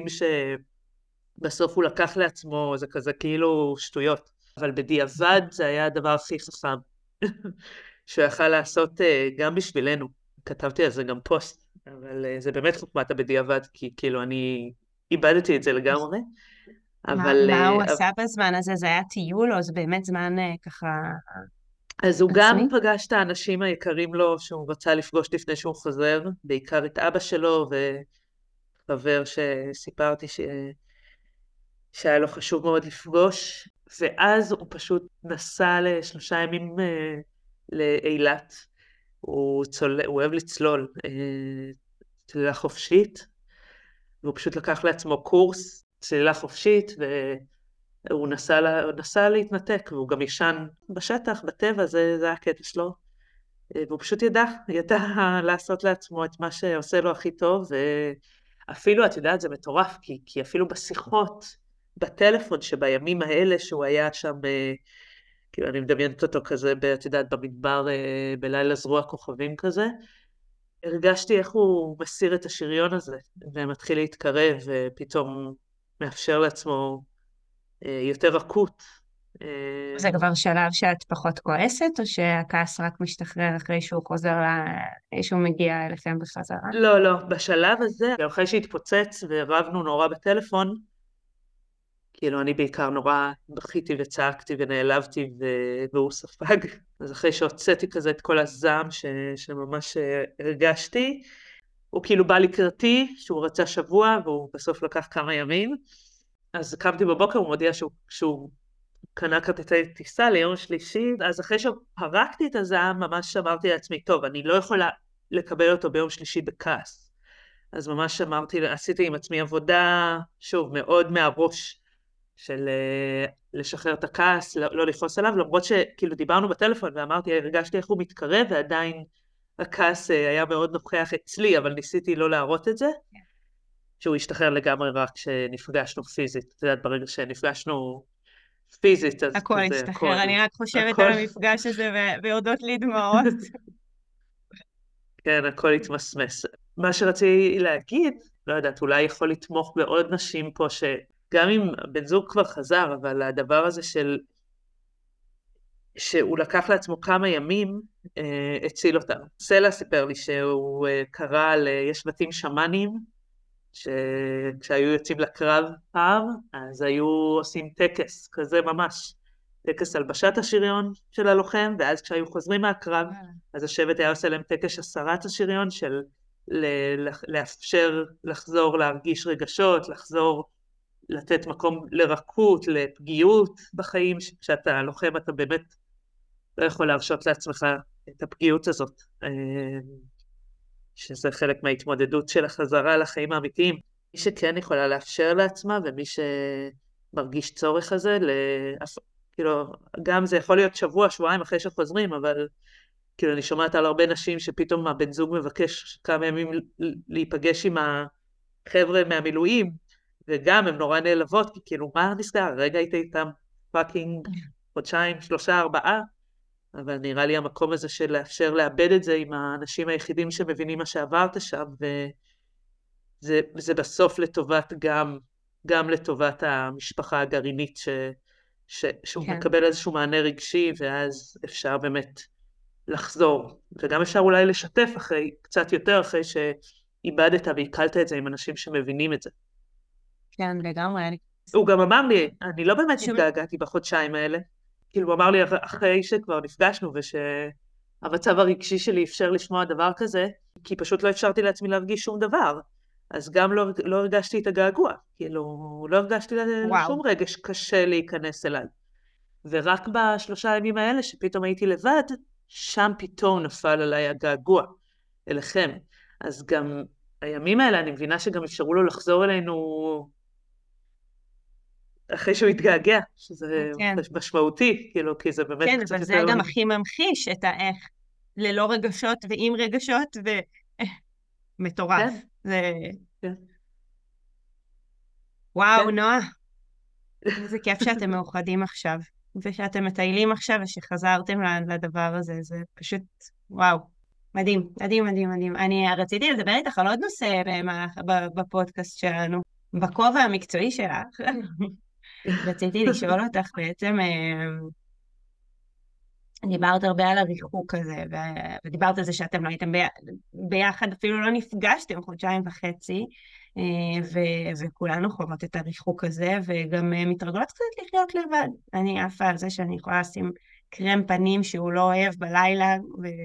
שבסוף הוא לקח לעצמו, זה כזה כאילו שטויות, אבל בדיעבד זה היה הדבר הכי חכם, שהוא יכל לעשות אה, גם בשבילנו. כתבתי על זה גם פוסט, אבל אה, זה באמת חוכמת הבדיעבד, כי כאילו אני איבדתי את זה לגמרי. אבל, מה הוא אה, עשה בזמן הזה? זה היה טיול או זה באמת זמן אה, ככה... אז הוא גם פגש את האנשים היקרים לו שהוא רצה לפגוש לפני שהוא חוזר, בעיקר את אבא שלו וחבר שסיפרתי ש... שהיה לו חשוב מאוד לפגוש, ואז הוא פשוט נסע לשלושה ימים אה, לאילת. הוא, צול... הוא אוהב לצלול, אה, צלילה חופשית, והוא פשוט לקח לעצמו קורס צלילה חופשית, והוא נסע, לה... נסע להתנתק, והוא גם ישן בשטח, בטבע, זה, זה היה הקטע שלו. והוא פשוט ידע, ידע לעשות לעצמו את מה שעושה לו הכי טוב, ואפילו, את יודעת, זה מטורף, כי, כי אפילו בשיחות, בטלפון שבימים האלה שהוא היה שם, כאילו אני מדמיינת אותו כזה, את יודעת, במדבר בלילה זרוע כוכבים כזה, הרגשתי איך הוא מסיר את השריון הזה, ומתחיל להתקרב, ופתאום מאפשר לעצמו יותר רכות. זה כבר שלב שאת פחות כועסת, או שהכעס רק משתחרר אחרי שהוא חוזר, שהוא מגיע אליכם בחזרה? לא, לא, בשלב הזה, אחרי שהתפוצץ ורבנו נורא בטלפון, כאילו אני בעיקר נורא בכיתי וצעקתי ונעלבתי והוא ספג, אז אחרי שהוצאתי כזה את כל הזעם ש... שממש הרגשתי, הוא כאילו בא לקראתי, שהוא רצה שבוע והוא בסוף לקח כמה ימים, אז קמתי בבוקר, הוא מודיע שהוא, שהוא קנה כרטיסי טיסה ליום שלישי, אז אחרי שפרקתי את הזעם, ממש אמרתי לעצמי, טוב, אני לא יכולה לקבל אותו ביום שלישי בכעס. אז ממש אמרתי, עשיתי עם עצמי עבודה, שוב, מאוד מהראש, של לשחרר את הכעס, לא, לא לכעוס עליו, למרות שכאילו דיברנו בטלפון, ואמרתי, הרגשתי איך הוא מתקרב, ועדיין הכעס היה מאוד נוכח אצלי, אבל ניסיתי לא להראות את זה. שהוא השתחרר לגמרי רק כשנפגשנו פיזית. את יודעת, ברגע שנפגשנו פיזית, אז הכל כזה, השתחרר, אני רק חושבת הכל... על המפגש הזה ויודעות לי דמעות. כן, הכל התמסמס. מה שרציתי להגיד, לא יודעת, אולי יכול לתמוך בעוד נשים פה, שגם אם בן זוג כבר חזר, אבל הדבר הזה של... שהוא לקח לעצמו כמה ימים, אה, הציל אותם. סלע סיפר לי שהוא אה, קרא על, יש בתים שמנים, שכשהיו יוצאים לקרב פעם, אז היו עושים טקס כזה ממש, טקס הלבשת השריון של הלוחם, ואז כשהיו חוזרים מהקרב, אז השבט היה עושה להם טקס הסרת השריון, של לאפשר לחזור להרגיש רגשות, לחזור לתת מקום לרכות, לפגיעות בחיים, כשאתה לוחם אתה באמת לא יכול להרשות לעצמך את הפגיעות הזאת. שזה חלק מההתמודדות של החזרה לחיים האמיתיים. מי שכן יכולה לאפשר לעצמה, ומי שמרגיש צורך הזה, לאף... כאילו, גם זה יכול להיות שבוע, שבועיים אחרי שחוזרים, אבל כאילו אני שומעת על הרבה נשים שפתאום הבן זוג מבקש כמה ימים להיפגש עם החבר'ה מהמילואים, וגם הם נורא נעלבות, כי כאילו מה נסגר? רגע הייתי איתם פאקינג חודשיים, שלושה, ארבעה, אבל נראה לי המקום הזה של לאפשר לאבד את זה עם האנשים היחידים שמבינים מה שעברת שם, וזה זה בסוף לטובת גם, גם לטובת המשפחה הגרעינית, ש, ש, שהוא כן. מקבל איזשהו מענה רגשי, ואז אפשר באמת לחזור, וגם אפשר אולי לשתף אחרי, קצת יותר אחרי שאיבדת והקלת את זה עם אנשים שמבינים את זה. כן, לגמרי. הוא גם אמר לי, אני לא באמת התגעגעתי בחודשיים האלה, כאילו הוא אמר לי אחרי שכבר נפגשנו ושהמצב הרגשי שלי אפשר לשמוע דבר כזה, כי פשוט לא אפשרתי לעצמי להרגיש שום דבר, אז גם לא, לא הרגשתי את הגעגוע, כאילו לא הרגשתי וואו. שום רגש קשה להיכנס אליי. ורק בשלושה ימים האלה שפתאום הייתי לבד, שם פתאום נפל עליי הגעגוע אליכם. אז גם הימים האלה אני מבינה שגם אפשרו לו לחזור אלינו אחרי שהוא התגעגע, שזה כן. משמעותי, כאילו, כי זה באמת כן, קצת אבל זה יותר... גם הכי ממחיש את האיך, ללא רגשות ועם רגשות, ומטורף. כן. זה... כן. וואו, כן. נועה. איזה כיף שאתם מאוחדים עכשיו, ושאתם מטיילים עכשיו, ושחזרתם לדבר הזה, זה פשוט, וואו. מדהים, מדהים, מדהים, מדהים. אני רציתי לדבר איתך על עוד נושא בפודקאסט שלנו, בכובע המקצועי שלך. רציתי לשאול אותך בעצם, דיברת הרבה על הריחוק הזה, ודיברת על זה שאתם לא הייתם ביחד, אפילו לא נפגשתם חודשיים וחצי, וכולנו חוות את הריחוק הזה, וגם מתרגלות קצת לחיות לבד. אני עפה על זה שאני יכולה לשים קרם פנים שהוא לא אוהב בלילה,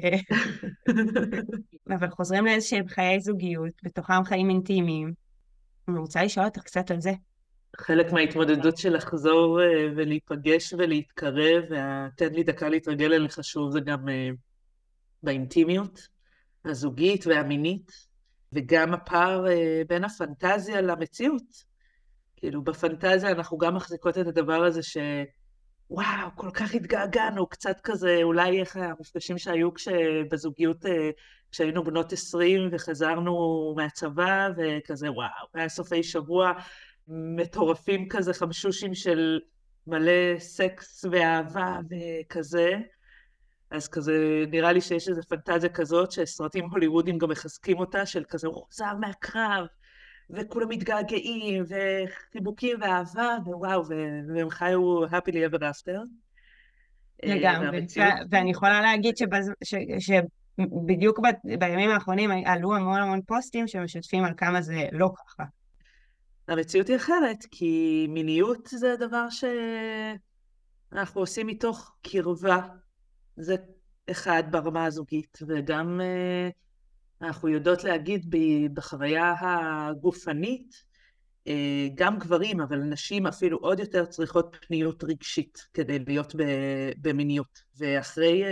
אבל חוזרים לאיזשהם חיי זוגיות, בתוכם חיים אינטימיים. אני רוצה לשאול אותך קצת על זה. חלק מההתמודדות של לחזור ולהיפגש ולהתקרב, ותן לי דקה להתרגל אליך שוב, זה גם באינטימיות הזוגית והמינית, וגם הפער בין הפנטזיה למציאות. כאילו בפנטזיה אנחנו גם מחזיקות את הדבר הזה ש... וואו, כל כך התגעגענו, קצת כזה, אולי איך המפגשים שהיו בזוגיות, כשהיינו בנות עשרים וחזרנו מהצבא, וכזה וואו, היה סופי שבוע, מטורפים כזה, חמשושים של מלא סקס ואהבה וכזה. אז כזה, נראה לי שיש איזו פנטזיה כזאת, שסרטים הוליוודיים גם מחזקים אותה, של כזה הוא חוזר מהקרב, וכולם מתגעגעים, וחיבוקים ואהבה, ווואו, והם חיו happily ever after. לגמרי, ואני יכולה להגיד שבדיוק בימים האחרונים עלו המון המון פוסטים שמשתפים על כמה זה לא ככה. המציאות היא אחרת, כי מיניות זה דבר שאנחנו עושים מתוך קרבה. זה אחד ברמה הזוגית, וגם אנחנו יודעות להגיד בחוויה הגופנית, גם גברים, אבל נשים אפילו עוד יותר צריכות פניות רגשית כדי להיות במיניות. ואחרי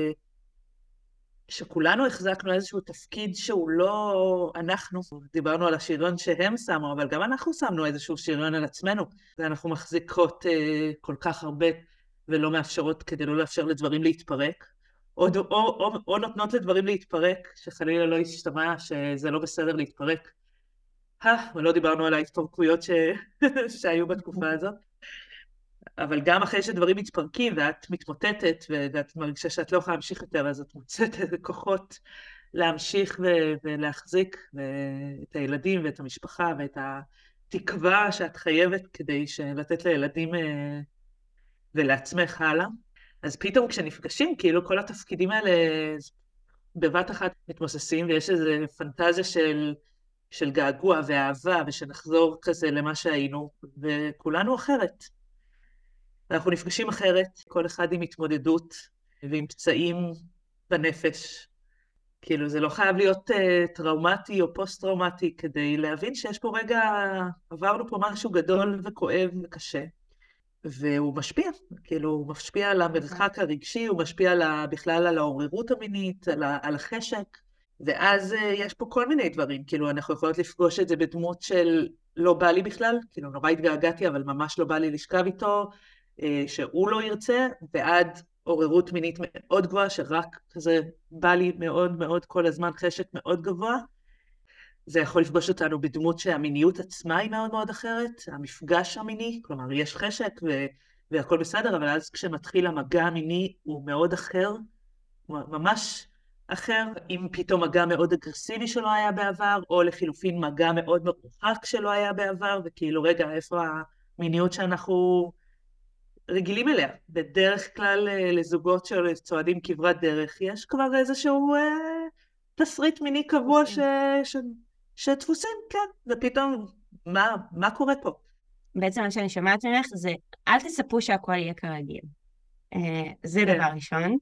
שכולנו החזקנו איזשהו תפקיד שהוא לא אנחנו, דיברנו על השריון שהם שמו, אבל גם אנחנו שמנו איזשהו שריון על עצמנו, ואנחנו מחזיקות כל כך הרבה ולא מאפשרות כדי לא לאפשר לדברים להתפרק, או, או, או, או נותנות לדברים להתפרק, שחלילה לא ישתמע שזה לא בסדר להתפרק. אה, ולא דיברנו על ההתפרקויות ש... שהיו בתקופה הזאת. אבל גם אחרי שדברים מתפרקים ואת מתמוטטת ואת מרגישה שאת לא יכולה להמשיך יותר, אז את מוצאת כוחות להמשיך ו... ולהחזיק את הילדים ואת המשפחה ואת התקווה שאת חייבת כדי לתת לילדים ולעצמך הלאה. אז פתאום כשנפגשים, כאילו כל התפקידים האלה בבת אחת מתמוססים, ויש איזו פנטזיה של, של געגוע ואהבה, ושנחזור כזה למה שהיינו, וכולנו אחרת. אנחנו נפגשים אחרת, כל אחד עם התמודדות ועם פצעים בנפש. כאילו זה לא חייב להיות uh, טראומטי או פוסט-טראומטי, כדי להבין שיש פה רגע, עברנו פה משהו גדול וכואב וקשה. והוא משפיע, כאילו הוא משפיע על המרחק הרגשי, הוא משפיע על ה, בכלל על העוררות המינית, על, ה, על החשק, ואז uh, יש פה כל מיני דברים, כאילו אנחנו יכולות לפגוש את זה בדמות של לא בא לי בכלל, כאילו נורא התגעגעתי, אבל ממש לא בא לי לשכב איתו, uh, שהוא לא ירצה, ועד עוררות מינית מאוד גבוהה, שרק כזה בא לי מאוד מאוד כל הזמן חשק מאוד גבוה, זה יכול לפגוש אותנו בדמות שהמיניות עצמה היא מאוד מאוד אחרת, המפגש המיני, כלומר יש חשק ו- והכל בסדר, אבל אז כשמתחיל המגע המיני הוא מאוד אחר, ממש אחר, אם פתאום מגע מאוד אגרסיבי שלא היה בעבר, או לחילופין מגע מאוד מרוחק שלא היה בעבר, וכאילו רגע, איפה המיניות שאנחנו רגילים אליה? בדרך כלל לזוגות של צועדים כברת דרך, יש כבר איזשהו אה, תסריט מיני קבוע ש... ש... שדפוסים, כן, ופתאום, מה, מה קורה פה? בעצם מה שאני שומעת ממך זה, אל תספרו שהכל יהיה כרגיל. זה דבר ראשון.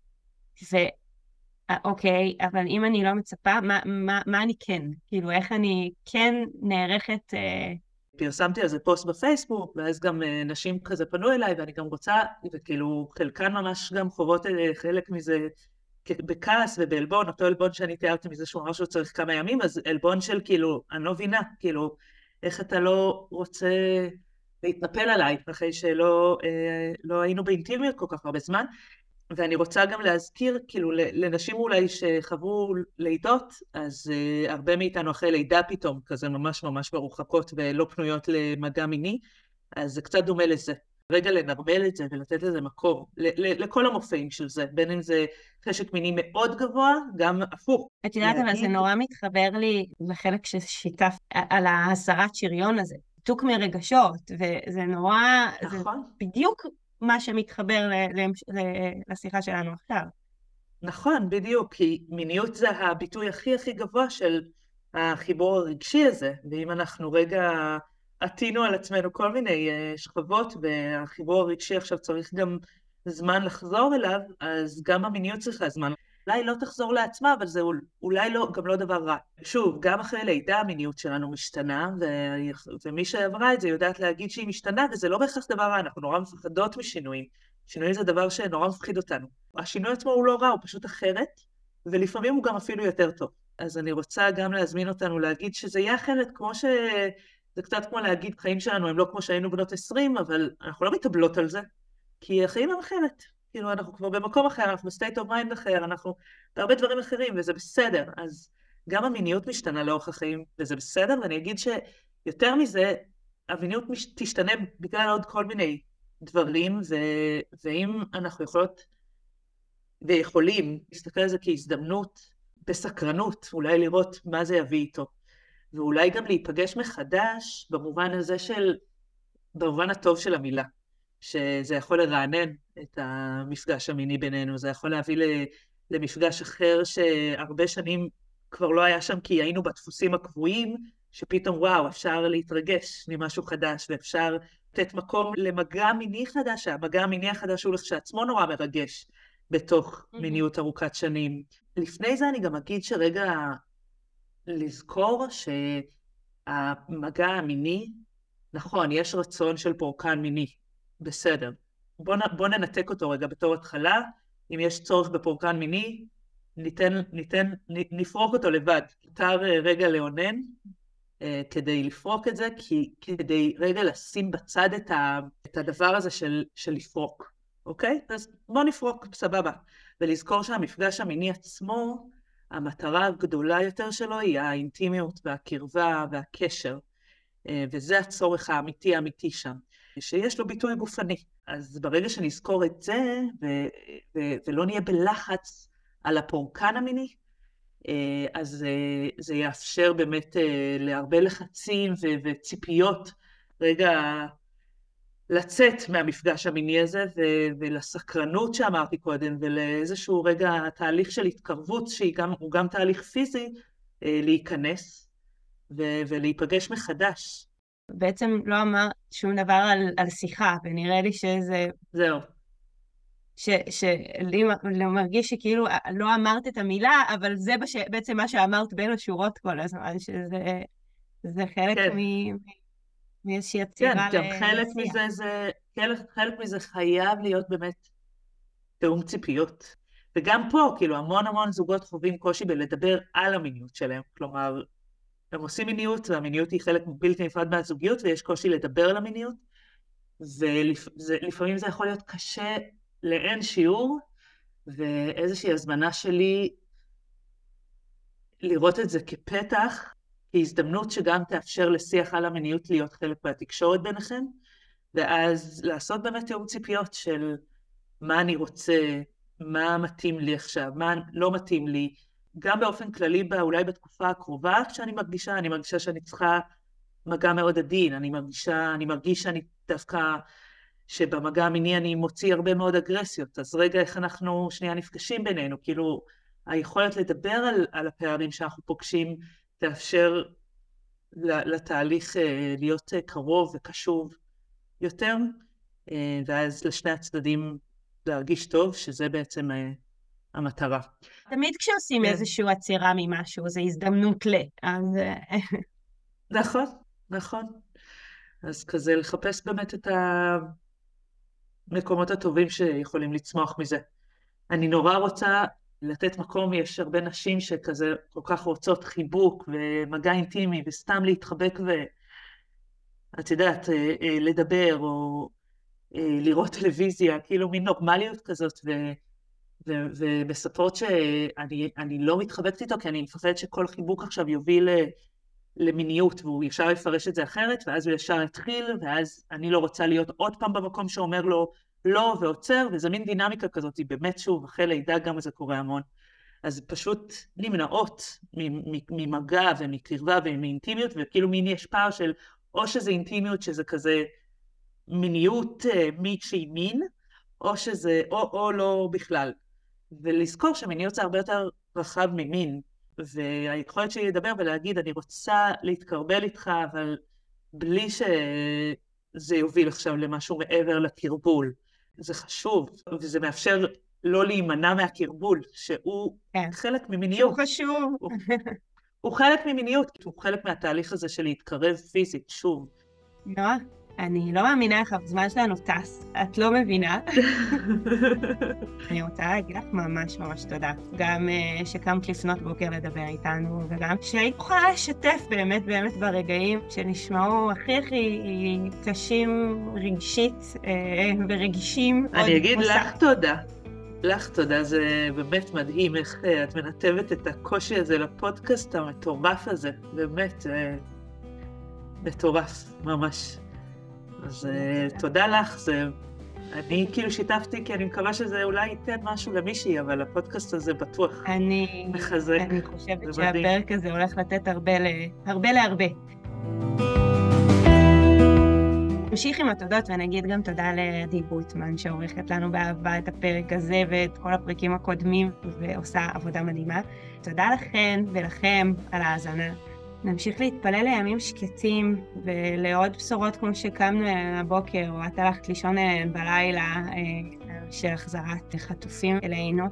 ואוקיי, אבל אם אני לא מצפה, מה, מה, מה אני כן? כאילו, איך אני כן נערכת... פרסמתי על זה פוסט בפייסבוק, ואז גם נשים כזה פנו אליי, ואני גם רוצה, וכאילו, חלקן ממש גם חוות חלק מזה, בכעס ובאלבון, אותו אלבון שאני תיארתי מזה שהוא אמר שהוא צריך כמה ימים, אז אלבון של כאילו, אני לא מבינה, כאילו, איך אתה לא רוצה להתנפל עליי, אחרי שלא אה, לא היינו באינטימיות כל כך הרבה זמן, ואני רוצה גם להזכיר, כאילו, לנשים אולי שחוו לידות, אז אה, הרבה מאיתנו אחרי לידה פתאום, כזה ממש ממש מרוחקות ולא פנויות למגע מיני, אז זה קצת דומה לזה. רגע לנרמל את זה ולתת לזה מקום, לכל המופעים של זה, בין אם זה חשק מיני מאוד גבוה, גם הפוך. את יודעת, אבל זה נורא מתחבר לי לחלק ששיתף על ההסרת שריון הזה, תוק מרגשות, וזה נורא, זה בדיוק מה שמתחבר לשיחה שלנו עכשיו. נכון, בדיוק, כי מיניות זה הביטוי הכי הכי גבוה של החיבור הרגשי הזה, ואם אנחנו רגע... עטינו על עצמנו כל מיני שכבות, והחיבור הרגשי עכשיו צריך גם זמן לחזור אליו, אז גם המיניות צריכה זמן. אולי לא תחזור לעצמה, אבל זה אולי לא, גם לא דבר רע. שוב, גם אחרי לידה המיניות שלנו משתנה, ו- ומי שעברה את זה יודעת להגיד שהיא משתנה, וזה לא בהכרח דבר רע, אנחנו נורא מפחדות משינויים. שינויים זה דבר שנורא מפחיד אותנו. השינוי עצמו הוא לא רע, הוא פשוט אחרת, ולפעמים הוא גם אפילו יותר טוב. אז אני רוצה גם להזמין אותנו להגיד שזה יהיה אחרת, כמו ש... זה קצת כמו להגיד, חיים שלנו הם לא כמו שהיינו בנות עשרים, אבל אנחנו לא מתאבלות על זה, כי החיים הם אחרת. כאילו, אנחנו כבר במקום אחר, אנחנו בסטייט אוף מיינד אחר, אנחנו בהרבה דברים אחרים, וזה בסדר. אז גם המיניות משתנה לאורך החיים, וזה בסדר, ואני אגיד שיותר מזה, המיניות תשתנה בגלל עוד כל מיני דברים, ו... ואם אנחנו יכולות ויכולים להסתכל על זה כהזדמנות, בסקרנות, אולי לראות מה זה יביא איתו, ואולי גם להיפגש מחדש במובן הזה של, במובן הטוב של המילה, שזה יכול לרענן את המפגש המיני בינינו, זה יכול להביא למפגש אחר שהרבה שנים כבר לא היה שם, כי היינו בדפוסים הקבועים, שפתאום וואו, אפשר להתרגש ממשהו חדש, ואפשר לתת מקום למגע מיני חדש, המגע המיני החדש הוא לכשעצמו נורא מרגש, בתוך מיניות ארוכת שנים. לפני זה אני גם אגיד שרגע לזכור שהמגע המיני, נכון, יש רצון של פורקן מיני, בסדר. בוא, בוא ננתק אותו רגע בתור התחלה, אם יש צורך בפורקן מיני, ניתן, ניתן, נפרוק אותו לבד. יותר רגע לאונן, כדי לפרוק את זה, כי, כדי רגע לשים בצד את, ה, את הדבר הזה של, של לפרוק. אוקיי? אז בוא נפרוק, סבבה. ולזכור שהמפגש המיני עצמו, המטרה הגדולה יותר שלו היא האינטימיות והקרבה והקשר. וזה הצורך האמיתי האמיתי שם, שיש לו ביטוי גופני. אז ברגע שנזכור את זה, ו- ו- ולא נהיה בלחץ על הפורקן המיני, אז זה יאפשר באמת להרבה לחצים ו- וציפיות, רגע לצאת מהמפגש המיני הזה, ו- ולסקרנות שאמרתי קודם, ולאיזשהו רגע תהליך של התקרבות, שהוא גם, גם תהליך פיזי, להיכנס ו- ולהיפגש מחדש. בעצם לא אמר שום דבר על, על שיחה, ונראה לי שזה... זהו. שלי מרגיש שכאילו לא אמרת את המילה, אבל זה בש... בעצם מה שאמרת בין השורות כל הזמן, שזה זה חלק כן. מ... מאיזושהי עצירה כן, גם חלק לשיח. מזה, זה, חלק, חלק מזה חייב להיות באמת תאום ציפיות. וגם פה, כאילו, המון המון זוגות חווים קושי בלדבר על המיניות שלהם. כלומר, הם עושים מיניות, והמיניות היא חלק בלתי נפרד מהזוגיות, ויש קושי לדבר על המיניות, ולפעמים זה יכול להיות קשה לאין שיעור, ואיזושהי הזמנה שלי לראות את זה כפתח, כהזדמנות שגם תאפשר לשיח על המיניות להיות חלק מהתקשורת ביניכם, ואז לעשות באמת תיאום ציפיות של מה אני רוצה, מה מתאים לי עכשיו, מה לא מתאים לי, גם באופן כללי, אולי בתקופה הקרובה, כשאני מרגישה, אני מרגישה שאני צריכה מגע מאוד עדין, אני מרגישה, אני מרגיש שאני דווקא, שבמגע המיני אני מוציא הרבה מאוד אגרסיות, אז רגע איך אנחנו שנייה נפגשים בינינו, כאילו היכולת לדבר על, על הפערים שאנחנו פוגשים, תאפשר לתהליך להיות קרוב וקשוב יותר, ואז לשני הצדדים להרגיש טוב, שזה בעצם המטרה. תמיד כשעושים איזושהי עצירה ממשהו, זה הזדמנות ל... אז... נכון, נכון. אז כזה לחפש באמת את המקומות הטובים שיכולים לצמוח מזה. אני נורא רוצה לתת מקום, יש הרבה נשים שכזה כל כך רוצות חיבוק ומגע אינטימי, וסתם להתחבק ואת יודעת, לדבר או לראות טלוויזיה, כאילו מין נורמליות כזאת, ו... ומספרות שאני אני לא מתחבקת איתו, כי אני מפחדת שכל חיבוק עכשיו יוביל למיניות, והוא ישר יפרש את זה אחרת, ואז הוא ישר יתחיל, ואז אני לא רוצה להיות עוד פעם במקום שאומר לו לא ועוצר, וזה מין דינמיקה כזאת, היא באמת שוב, אחרי לידה גם זה קורה המון. אז פשוט נמנעות ממגע ומקרבה ומאינטימיות, וכאילו מין יש פער של, או שזה אינטימיות שזה כזה מיניות שהיא מין, או שזה, או, או לא בכלל. ולזכור שמיניות זה הרבה יותר רחב ממין, והיכולת שלי לדבר ולהגיד, אני רוצה להתקרבל איתך, אבל בלי שזה יוביל עכשיו למשהו מעבר לקרבול. זה חשוב, וזה מאפשר לא להימנע מהקרבול, שהוא כן. חלק ממיניות. שהוא חשוב. הוא, הוא חלק ממיניות, הוא חלק מהתהליך הזה של להתקרב פיזית, שוב. נועה, אני לא מאמינה לך, בזמן שלנו טס, את לא מבינה. אני רוצה להגיד לך ממש ממש תודה. גם uh, שקמת לפנות בוקר לדבר איתנו, וגם שהיית יכולה לשתף באמת באמת ברגעים שנשמעו הכי הכי קשים רגשית uh, ורגישים. אני אגיד מוסך. לך תודה. לך תודה, זה באמת מדהים איך uh, את מנתבת את הקושי הזה לפודקאסט המטורף הזה. באמת, uh, מטורף, ממש. אז uh, תודה לך, זה... אני כאילו שיתפתי, כי אני מקווה שזה אולי ייתן משהו למישהי, אבל הפודקאסט הזה בטוח אני, מחזק. אני חושבת שהפרק הזה הולך לתת הרבה ל... הרבה להרבה. נמשיך עם התודות ונגיד גם תודה לעדי גוטמן שעורכת לנו באהבה את הפרק הזה ואת כל הפרקים הקודמים ועושה עבודה מדהימה. תודה לכן ולכם על ההאזנה. נמשיך להתפלל לימים שקטים ולעוד בשורות כמו שקמנו הבוקר או את הלכת לישון בלילה של החזרת חטופים אלינו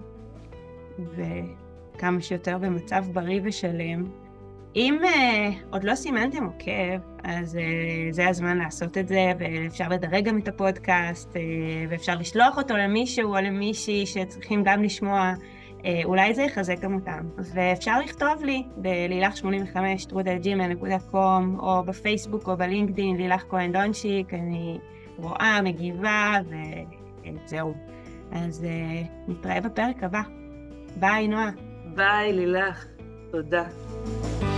וכמה שיותר במצב בריא ושלם. אם uh, עוד לא סימנתם עוקב, אז uh, זה הזמן לעשות את זה, ואפשר לדרג גם את הפודקאסט, uh, ואפשר לשלוח אותו למישהו או למישהי שצריכים גם לשמוע, uh, אולי זה יחזק גם אותם. ואפשר לכתוב לי ב-לילך שמונים וחמש טרודל ג'ימייל נקודה קום, או בפייסבוק או בלינקדין, לילך כהן דונצ'יק, אני רואה, מגיבה, וזהו. אז uh, נתראה בפרק הבא. ביי, נועה. ביי, לילך. תודה.